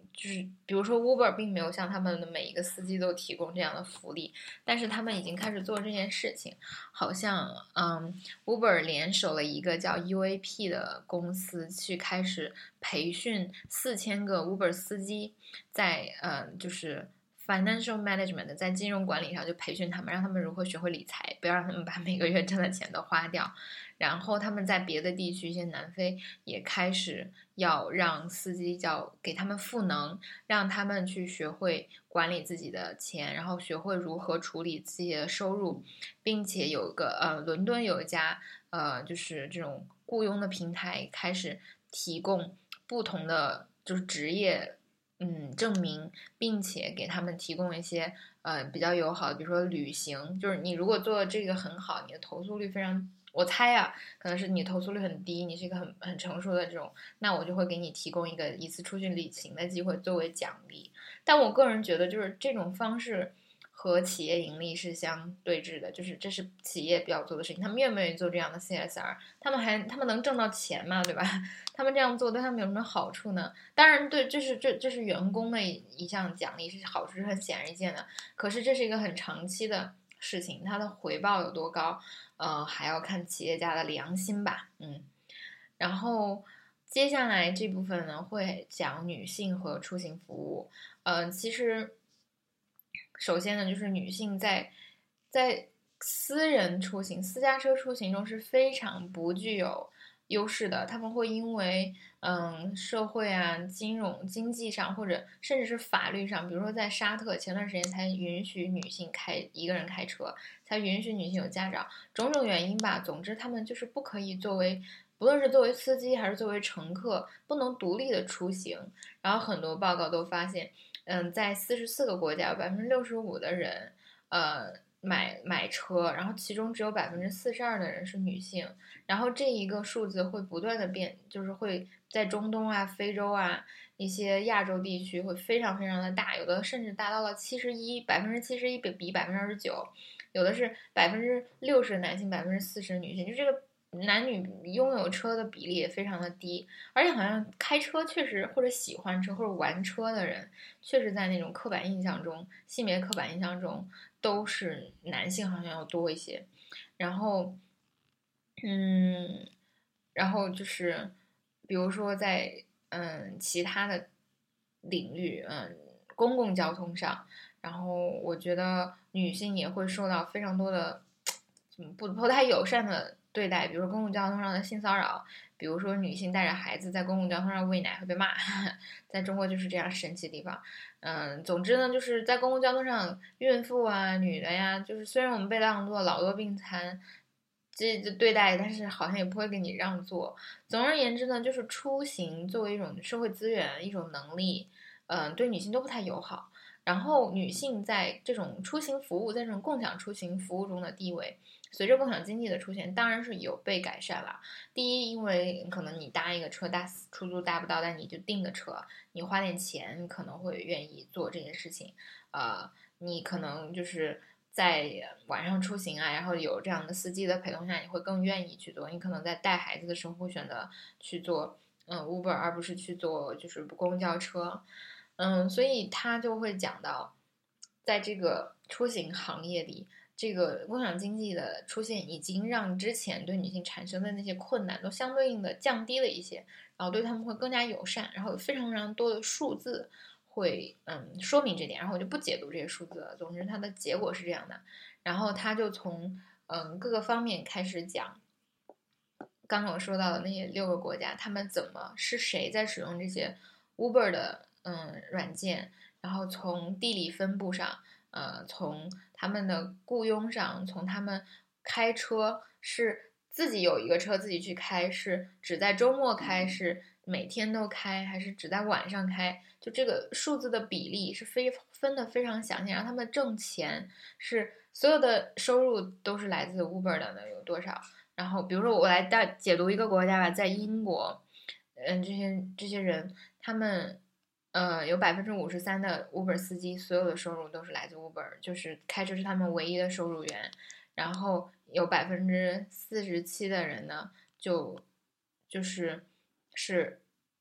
就是比如说 Uber 并没有向他们的每一个司机都提供这样的福利，但是他们已经开始做这件事情。好像嗯 Uber 联手了一个叫 U A P 的公司，去开始培训四千个 Uber 司机，在呃就是 financial management 在金融管理上就培训他们，让他们如何学会理财，不要让他们把每个月挣的钱都花掉。然后他们在别的地区，一些南非也开始要让司机叫给他们赋能，让他们去学会管理自己的钱，然后学会如何处理自己的收入，并且有个呃，伦敦有一家呃，就是这种雇佣的平台，开始提供不同的就是职业嗯证明，并且给他们提供一些呃比较友好的，比如说旅行，就是你如果做这个很好，你的投诉率非常。我猜啊，可能是你投诉率很低，你是一个很很成熟的这种，那我就会给你提供一个一次出去旅行的机会作为奖励。但我个人觉得，就是这种方式和企业盈利是相对峙的，就是这是企业比较做的事情，他们愿不愿意做这样的 C S R， 他们还他们能挣到钱吗？对吧？他们这样做对他们有什么好处呢？当然，对，这是这这是员工的一一项奖励，是好处是很显而易见的。可是这是一个很长期的事情，它的回报有多高？呃，还要看企业家的良心吧，嗯，然后接下来这部分呢，会讲女性和出行服务，嗯、呃，其实首先呢，就是女性在在私人出行、私家车出行中是非常不具有优势的，他们会因为嗯社会啊、金融、经济上，或者甚至是法律上，比如说在沙特前段时间才允许女性开一个人开车，才允许女性有驾照，种种原因吧。总之，他们就是不可以作为，不论是作为司机还是作为乘客，不能独立的出行。然后很多报告都发现，嗯，在四十四个国家，有百分之六十五的人，呃。买买车，然后其中只有百分之四十二的人是女性，然后这一个数字会不断的变，就是会在中东啊、非洲啊一些亚洲地区会非常非常的大，有的甚至达到了七十一，百分之七十一比比百分之二十九，有的是百分之六十男性，百分之四十女性，就这个男女拥有车的比例也非常的低，而且好像开车确实或者喜欢车或者玩车的人，确实在那种刻板印象中，性别刻板印象中。都是男性好像要多一些，然后，嗯，然后就是，比如说在嗯其他的领域，嗯公共交通上，然后我觉得女性也会受到非常多的，嗯不不太友善的对待，比如说公共交通上的性骚扰，比如说女性带着孩子在公共交通上喂奶会被骂，在中国就是这样神奇的地方。嗯，总之呢，就是在公共交通上，孕妇啊、女的呀，就是虽然我们被当作老弱病残这这对待，但是好像也不会给你让座。总而言之呢，就是出行作为一种社会资源、一种能力，嗯，对女性都不太友好。然后，女性在这种出行服务，在这种共享出行服务中的地位，随着共享经济的出现，当然是有被改善了。第一，因为可能你搭一个车搭出租搭不到，但你就订个车，你花点钱，你可能会愿意做这件事情。呃，你可能就是在晚上出行啊，然后有这样的司机的陪同下，你会更愿意去做。你可能在带孩子的时候会选择去做嗯 Uber，而不是去做就是公交车。嗯，所以他就会讲到，在这个出行行业里。这个共享经济的出现，已经让之前对女性产生的那些困难都相对应的降低了一些，然后对他们会更加友善，然后有非常非常多的数字会嗯说明这点，然后我就不解读这些数字了。总之，它的结果是这样的。然后他就从嗯各个方面开始讲，刚刚我说到的那些六个国家，他们怎么是谁在使用这些 Uber 的嗯软件，然后从地理分布上。呃，从他们的雇佣上，从他们开车是自己有一个车自己去开，是只在周末开，是每天都开，还是只在晚上开？就这个数字的比例是非分的非常详细，然后他们挣钱是所有的收入都是来自 Uber 的呢，有多少？然后比如说我来大解读一个国家吧，在英国，嗯，这些这些人他们。呃，有百分之五十三的 Uber 司机，所有的收入都是来自 Uber，就是开车是他们唯一的收入源。然后有百分之四十七的人呢，就就是是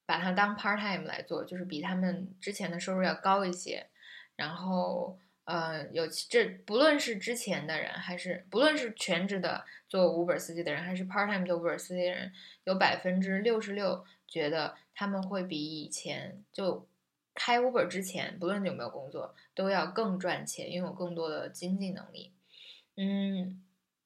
把它当 part time 来做，就是比他们之前的收入要高一些。然后，呃，有这不论是之前的人，还是不论是全职的做 Uber 司机的人，还是 part time 做 Uber 司机的人，有百分之六十六觉得他们会比以前就开 Uber 之前，不论有没有工作，都要更赚钱，拥有更多的经济能力。嗯。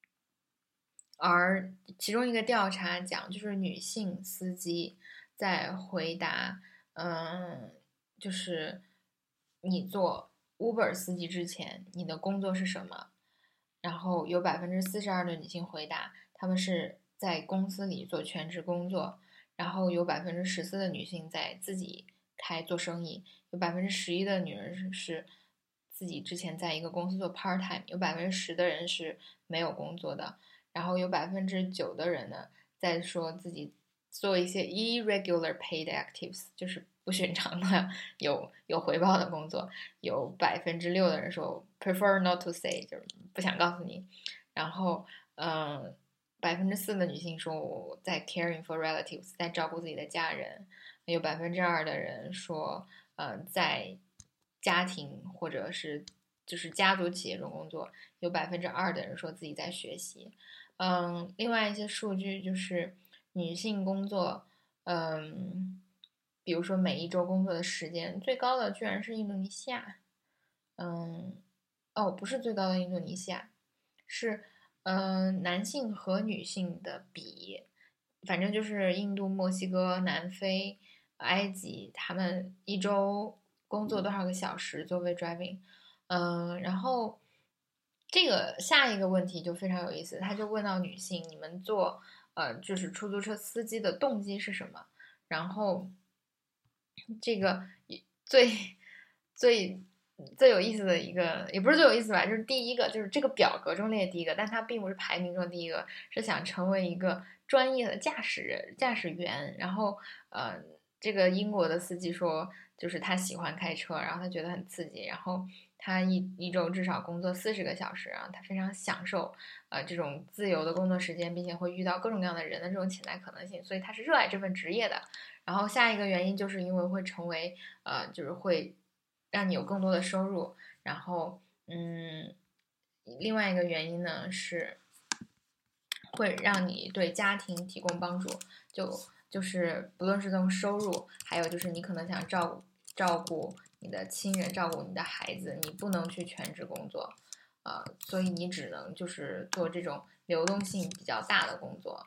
而其中一个调查讲，就是女性司机在回答，嗯，就是你做 Uber 司机之前，你的工作是什么？然后有百分之四十二的女性回答，她们是在公司里做全职工作，然后有百分之十四的女性在自己开做生意，有百分之十一的女人是自己之前在一个公司做 part time，有百分之十的人是没有工作的。然后有百分之九的人呢，在说自己做一些 irregular paid activities，就是不寻常的有有回报的工作。有百分之六的人说 prefer not to say， 就是不想告诉你。然后，嗯，百分之四的女性说我在 caring for relatives， 在照顾自己的家人。有百分之二的人说，呃，在家庭或者是就是家族企业中工作。有百分之二的人说自己在学习。嗯，另外一些数据就是女性工作，嗯，比如说每一周工作的时间最高的居然是印度尼西亚，嗯，哦，不是最高的印度尼西亚，是嗯男性和女性的比，反正就是印度、墨西哥、南非、埃及，他们一周工作多少个小时作为 driving，嗯，然后。这个下一个问题就非常有意思，他就问到女性，你们做呃就是出租车司机的动机是什么？然后这个最最最有意思的一个，也不是最有意思吧，就是第一个，就是这个表格中列第一个，但它并不是排名中第一个，是想成为一个专业的驾驶人、驾驶员。然后呃，这个英国的司机说，就是他喜欢开车，然后他觉得很刺激，然后。他一一周至少工作四十个小时，然后他非常享受，呃，这种自由的工作时间，并且会遇到各种各样的人的这种潜在可能性，所以他是热爱这份职业的。然后下一个原因就是因为会成为，呃，就是会让你有更多的收入。然后，嗯，另外一个原因呢是会让你对家庭提供帮助，就就是不论是从收入，还有就是你可能想照顾照顾。你的亲人照顾你的孩子，你不能去全职工作，呃，所以你只能就是做这种流动性比较大的工作。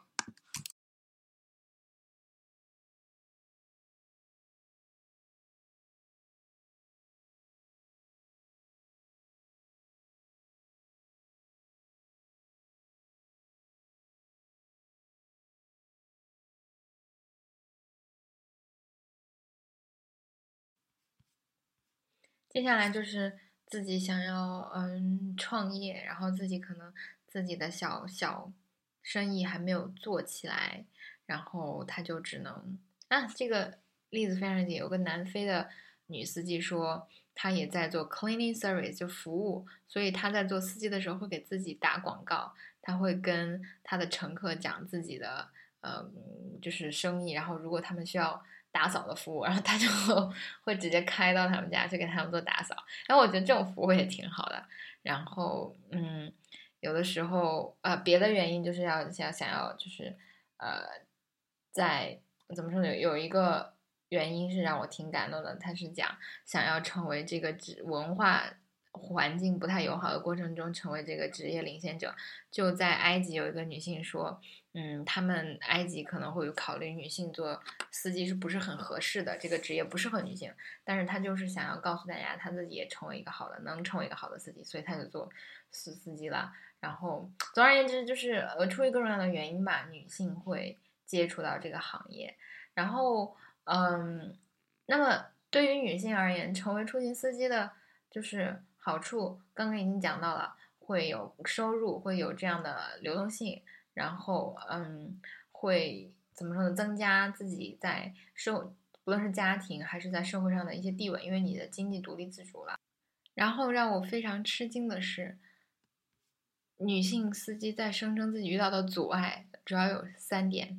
接下来就是自己想要嗯创业，然后自己可能自己的小小生意还没有做起来，然后他就只能啊，这个例子非常简，有个南非的女司机说，她也在做 cleaning service 就服务，所以她在做司机的时候会给自己打广告，她会跟她的乘客讲自己的呃就是生意，然后如果他们需要。打扫的服务，然后他就会直接开到他们家去给他们做打扫。然后我觉得这种服务也挺好的。然后，嗯，有的时候，呃，别的原因就是要想想要就是，呃，在怎么说呢？有一个原因是让我挺感动的，他是讲想要成为这个职文化环境不太友好的过程中成为这个职业领先者。就在埃及有一个女性说。嗯，他们埃及可能会考虑女性做司机是不是很合适的，这个职业不适合女性。但是他就是想要告诉大家，他自己也成为一个好的，能成为一个好的司机，所以他就做司司机了。然后总而言之，就是呃，出于各种各样的原因吧，女性会接触到这个行业。然后，嗯，那么对于女性而言，成为出行司机的就是好处，刚刚已经讲到了，会有收入，会有这样的流动性。然后，嗯，会怎么说呢？增加自己在社，不论是家庭还是在社会上的一些地位，因为你的经济独立自主了。然后让我非常吃惊的是，女性司机在声称自己遇到的阻碍主要有三点，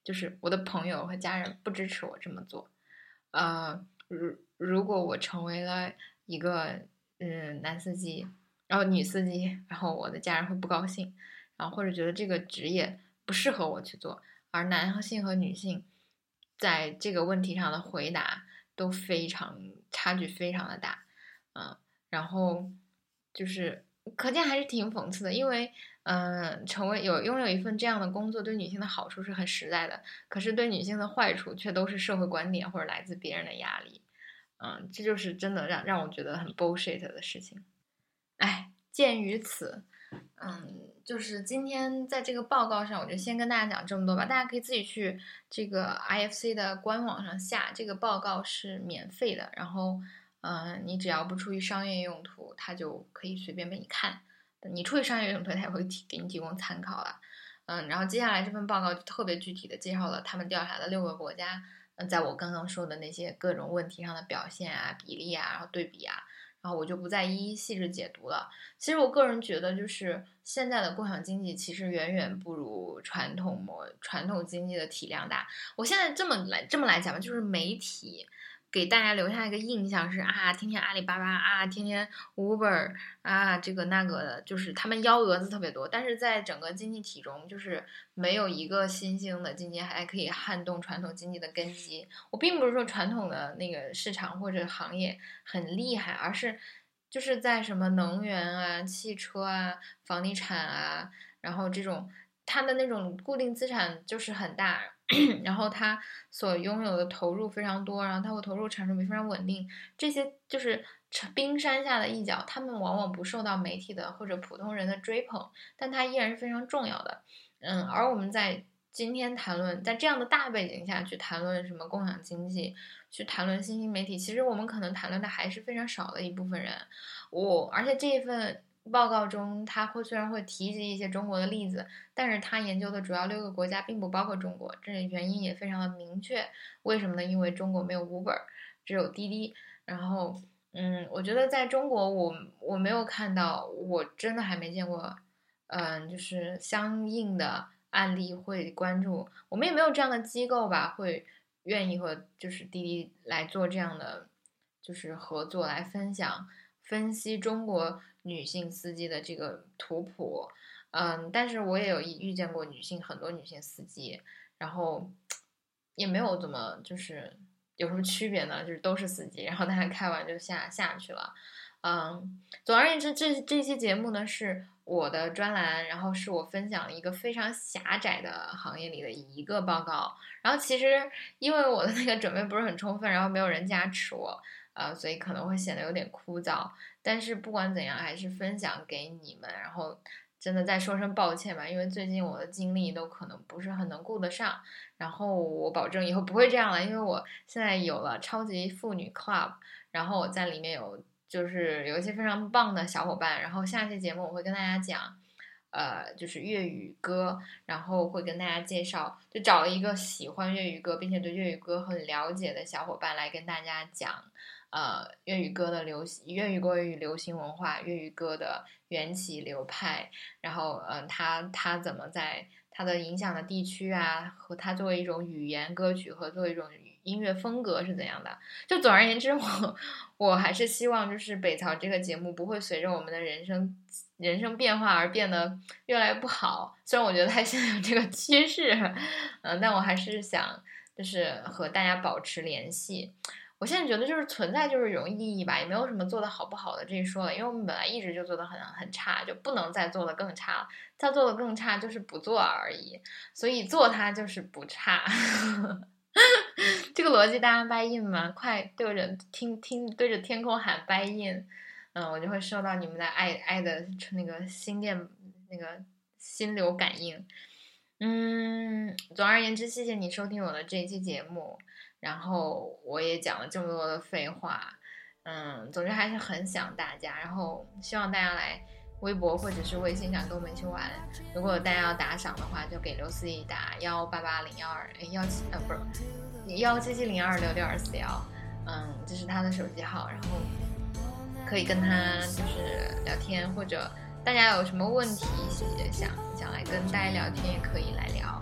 就是我的朋友和家人不支持我这么做。呃，如如果我成为了一个嗯男司机，然后女司机，然后我的家人会不高兴，然后或者觉得这个职业不适合我去做。而男性和女性在这个问题上的回答都非常差距非常的大，嗯，然后就是可见还是挺讽刺的，因为嗯、呃，成为有拥有一份这样的工作对女性的好处是很实在的，可是对女性的坏处却都是社会观点或者来自别人的压力，嗯，这就是真的让让我觉得很 bullshit 的事情。哎，鉴于此，嗯，就是今天在这个报告上，我就先跟大家讲这么多吧。大家可以自己去这个 I F C 的官网上下，这个报告是免费的。然后，嗯、呃，你只要不出于商业用途，它就可以随便被你看。你出于商业用途，它也会提给你提供参考了。嗯，然后接下来这份报告就特别具体的介绍了他们调查的六个国家，嗯，在我刚刚说的那些各种问题上的表现啊、比例啊，然后对比啊。然后我就不再一一细致解读了。其实我个人觉得，就是现在的共享经济其实远远不如传统模传统经济的体量大。我现在这么来这么来讲吧，就是媒体给大家留下一个印象是啊，天天阿里巴巴啊，天天 Uber 啊，这个那个的，就是他们幺蛾子特别多。但是在整个经济体中，就是没有一个新兴的经济还可以撼动传统经济的根基。我并不是说传统的那个市场或者行业很厉害，而是就是在什么能源啊、汽车啊、房地产啊，然后这种它的那种固定资产就是很大。然后它所拥有的投入非常多，然后它会投入产出比非常稳定，这些就是冰山下的一角，他们往往不受到媒体的或者普通人的追捧，但它依然是非常重要的。嗯，而我们在今天谈论，在这样的大背景下去谈论什么共享经济，去谈论新兴媒体，其实我们可能谈论的还是非常少的一部分人。我而且这一份报告中，他会虽然会提及一些中国的例子，但是他研究的主要六个国家并不包括中国，这原因也非常的明确。为什么呢？因为中国没有 Uber， 只有滴滴。然后，嗯，我觉得在中国我，我我没有看到，我真的还没见过，嗯，就是相应的案例会关注，我们也没有这样的机构吧，会愿意和就是滴滴来做这样的就是合作，来分享分析中国女性司机的这个图谱。嗯，但是我也有遇见过女性很多女性司机，然后也没有怎么就是有什么区别呢？就是都是司机，然后大家开完就下下去了。嗯，总而言之，这这期节目呢是我的专栏，然后是我分享了一个非常狭窄的行业里的一个报告。然后其实因为我的那个准备不是很充分，然后没有人加持我，呃，所以可能会显得有点枯燥。但是不管怎样，还是分享给你们，然后真的再说声抱歉吧，因为最近我的精力都可能不是很能顾得上。然后我保证以后不会这样了，因为我现在有了超级妇女 club， 然后我在里面有就是有一些非常棒的小伙伴。然后下期节目我会跟大家讲呃，就是粤语歌，然后会跟大家介绍，就找了一个喜欢粤语歌并且对粤语歌很了解的小伙伴来跟大家讲呃，粤语歌的流行，粤语歌与流行文化，粤语歌的缘起流派，然后嗯、呃，它它怎么在它的影响的地区啊，和它作为一种语言歌曲和作为一种音乐风格是怎样的。就总而言之，我我还是希望就是北曹这个节目不会随着我们的人生人生变化而变得越来越不好。虽然我觉得它现在有这个趋势，嗯，但我还是想就是和大家保持联系。我现在觉得就是存在就是一种意义吧，也没有什么做的好不好的这一说了，因为我们本来一直就做的很很差，就不能再做的更差了，再做的更差就是不做而已，所以做它就是不差。这个逻辑大家 buy in 吗？快对着听听对着天空喊 buy in， 嗯，我就会收到你们的爱爱的那个心电那个心流感应。嗯，总而言之，谢谢你收听我的这一期节目。然后我也讲了这么多的废话，嗯，总之还是很想大家，然后希望大家来微博或者是微信上跟我们一起玩。如果大家要打赏的话，就给刘思怡打幺八八零幺二幺七呃不是幺七七零二六六二四幺，嗯，这是他的手机号，然后可以跟他就是聊天，或者大家有什么问题想想来跟大家聊天也可以来聊。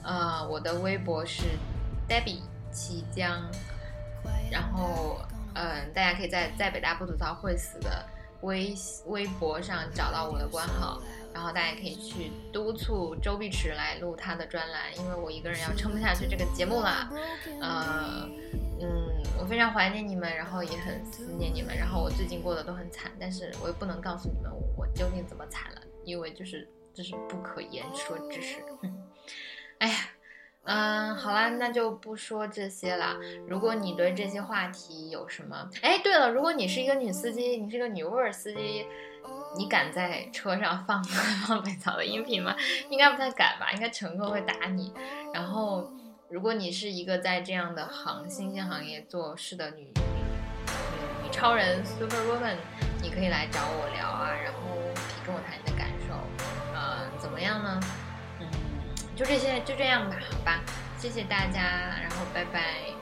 呃，我的微博是 Debbie 齐江，然后嗯、呃，大家可以在在北大不吐槽会死的微微博上找到我的官号，然后大家可以去督促周碧池来录他的专栏，因为我一个人要撑不下去这个节目啦。呃，嗯，我非常怀念你们，然后也很思念你们，然后我最近过得都很惨，但是我又不能告诉你们我究竟怎么惨了，因为就是这是不可言说之事。哎呀。嗯，好啦，那就不说这些啦。如果你对这些话题有什么……哎，对了，如果你是一个女司机，你是个女味儿司机，你敢在车上放放北草的音频吗？应该不太敢吧，应该乘客会打你。然后，如果你是一个在这样的行新兴行业做事的女女女超人 Super Woman， 你可以来找我聊啊，然后跟我谈你的感受，呃，怎么样呢？就这些，就这样吧，好吧，谢谢大家，然后拜拜。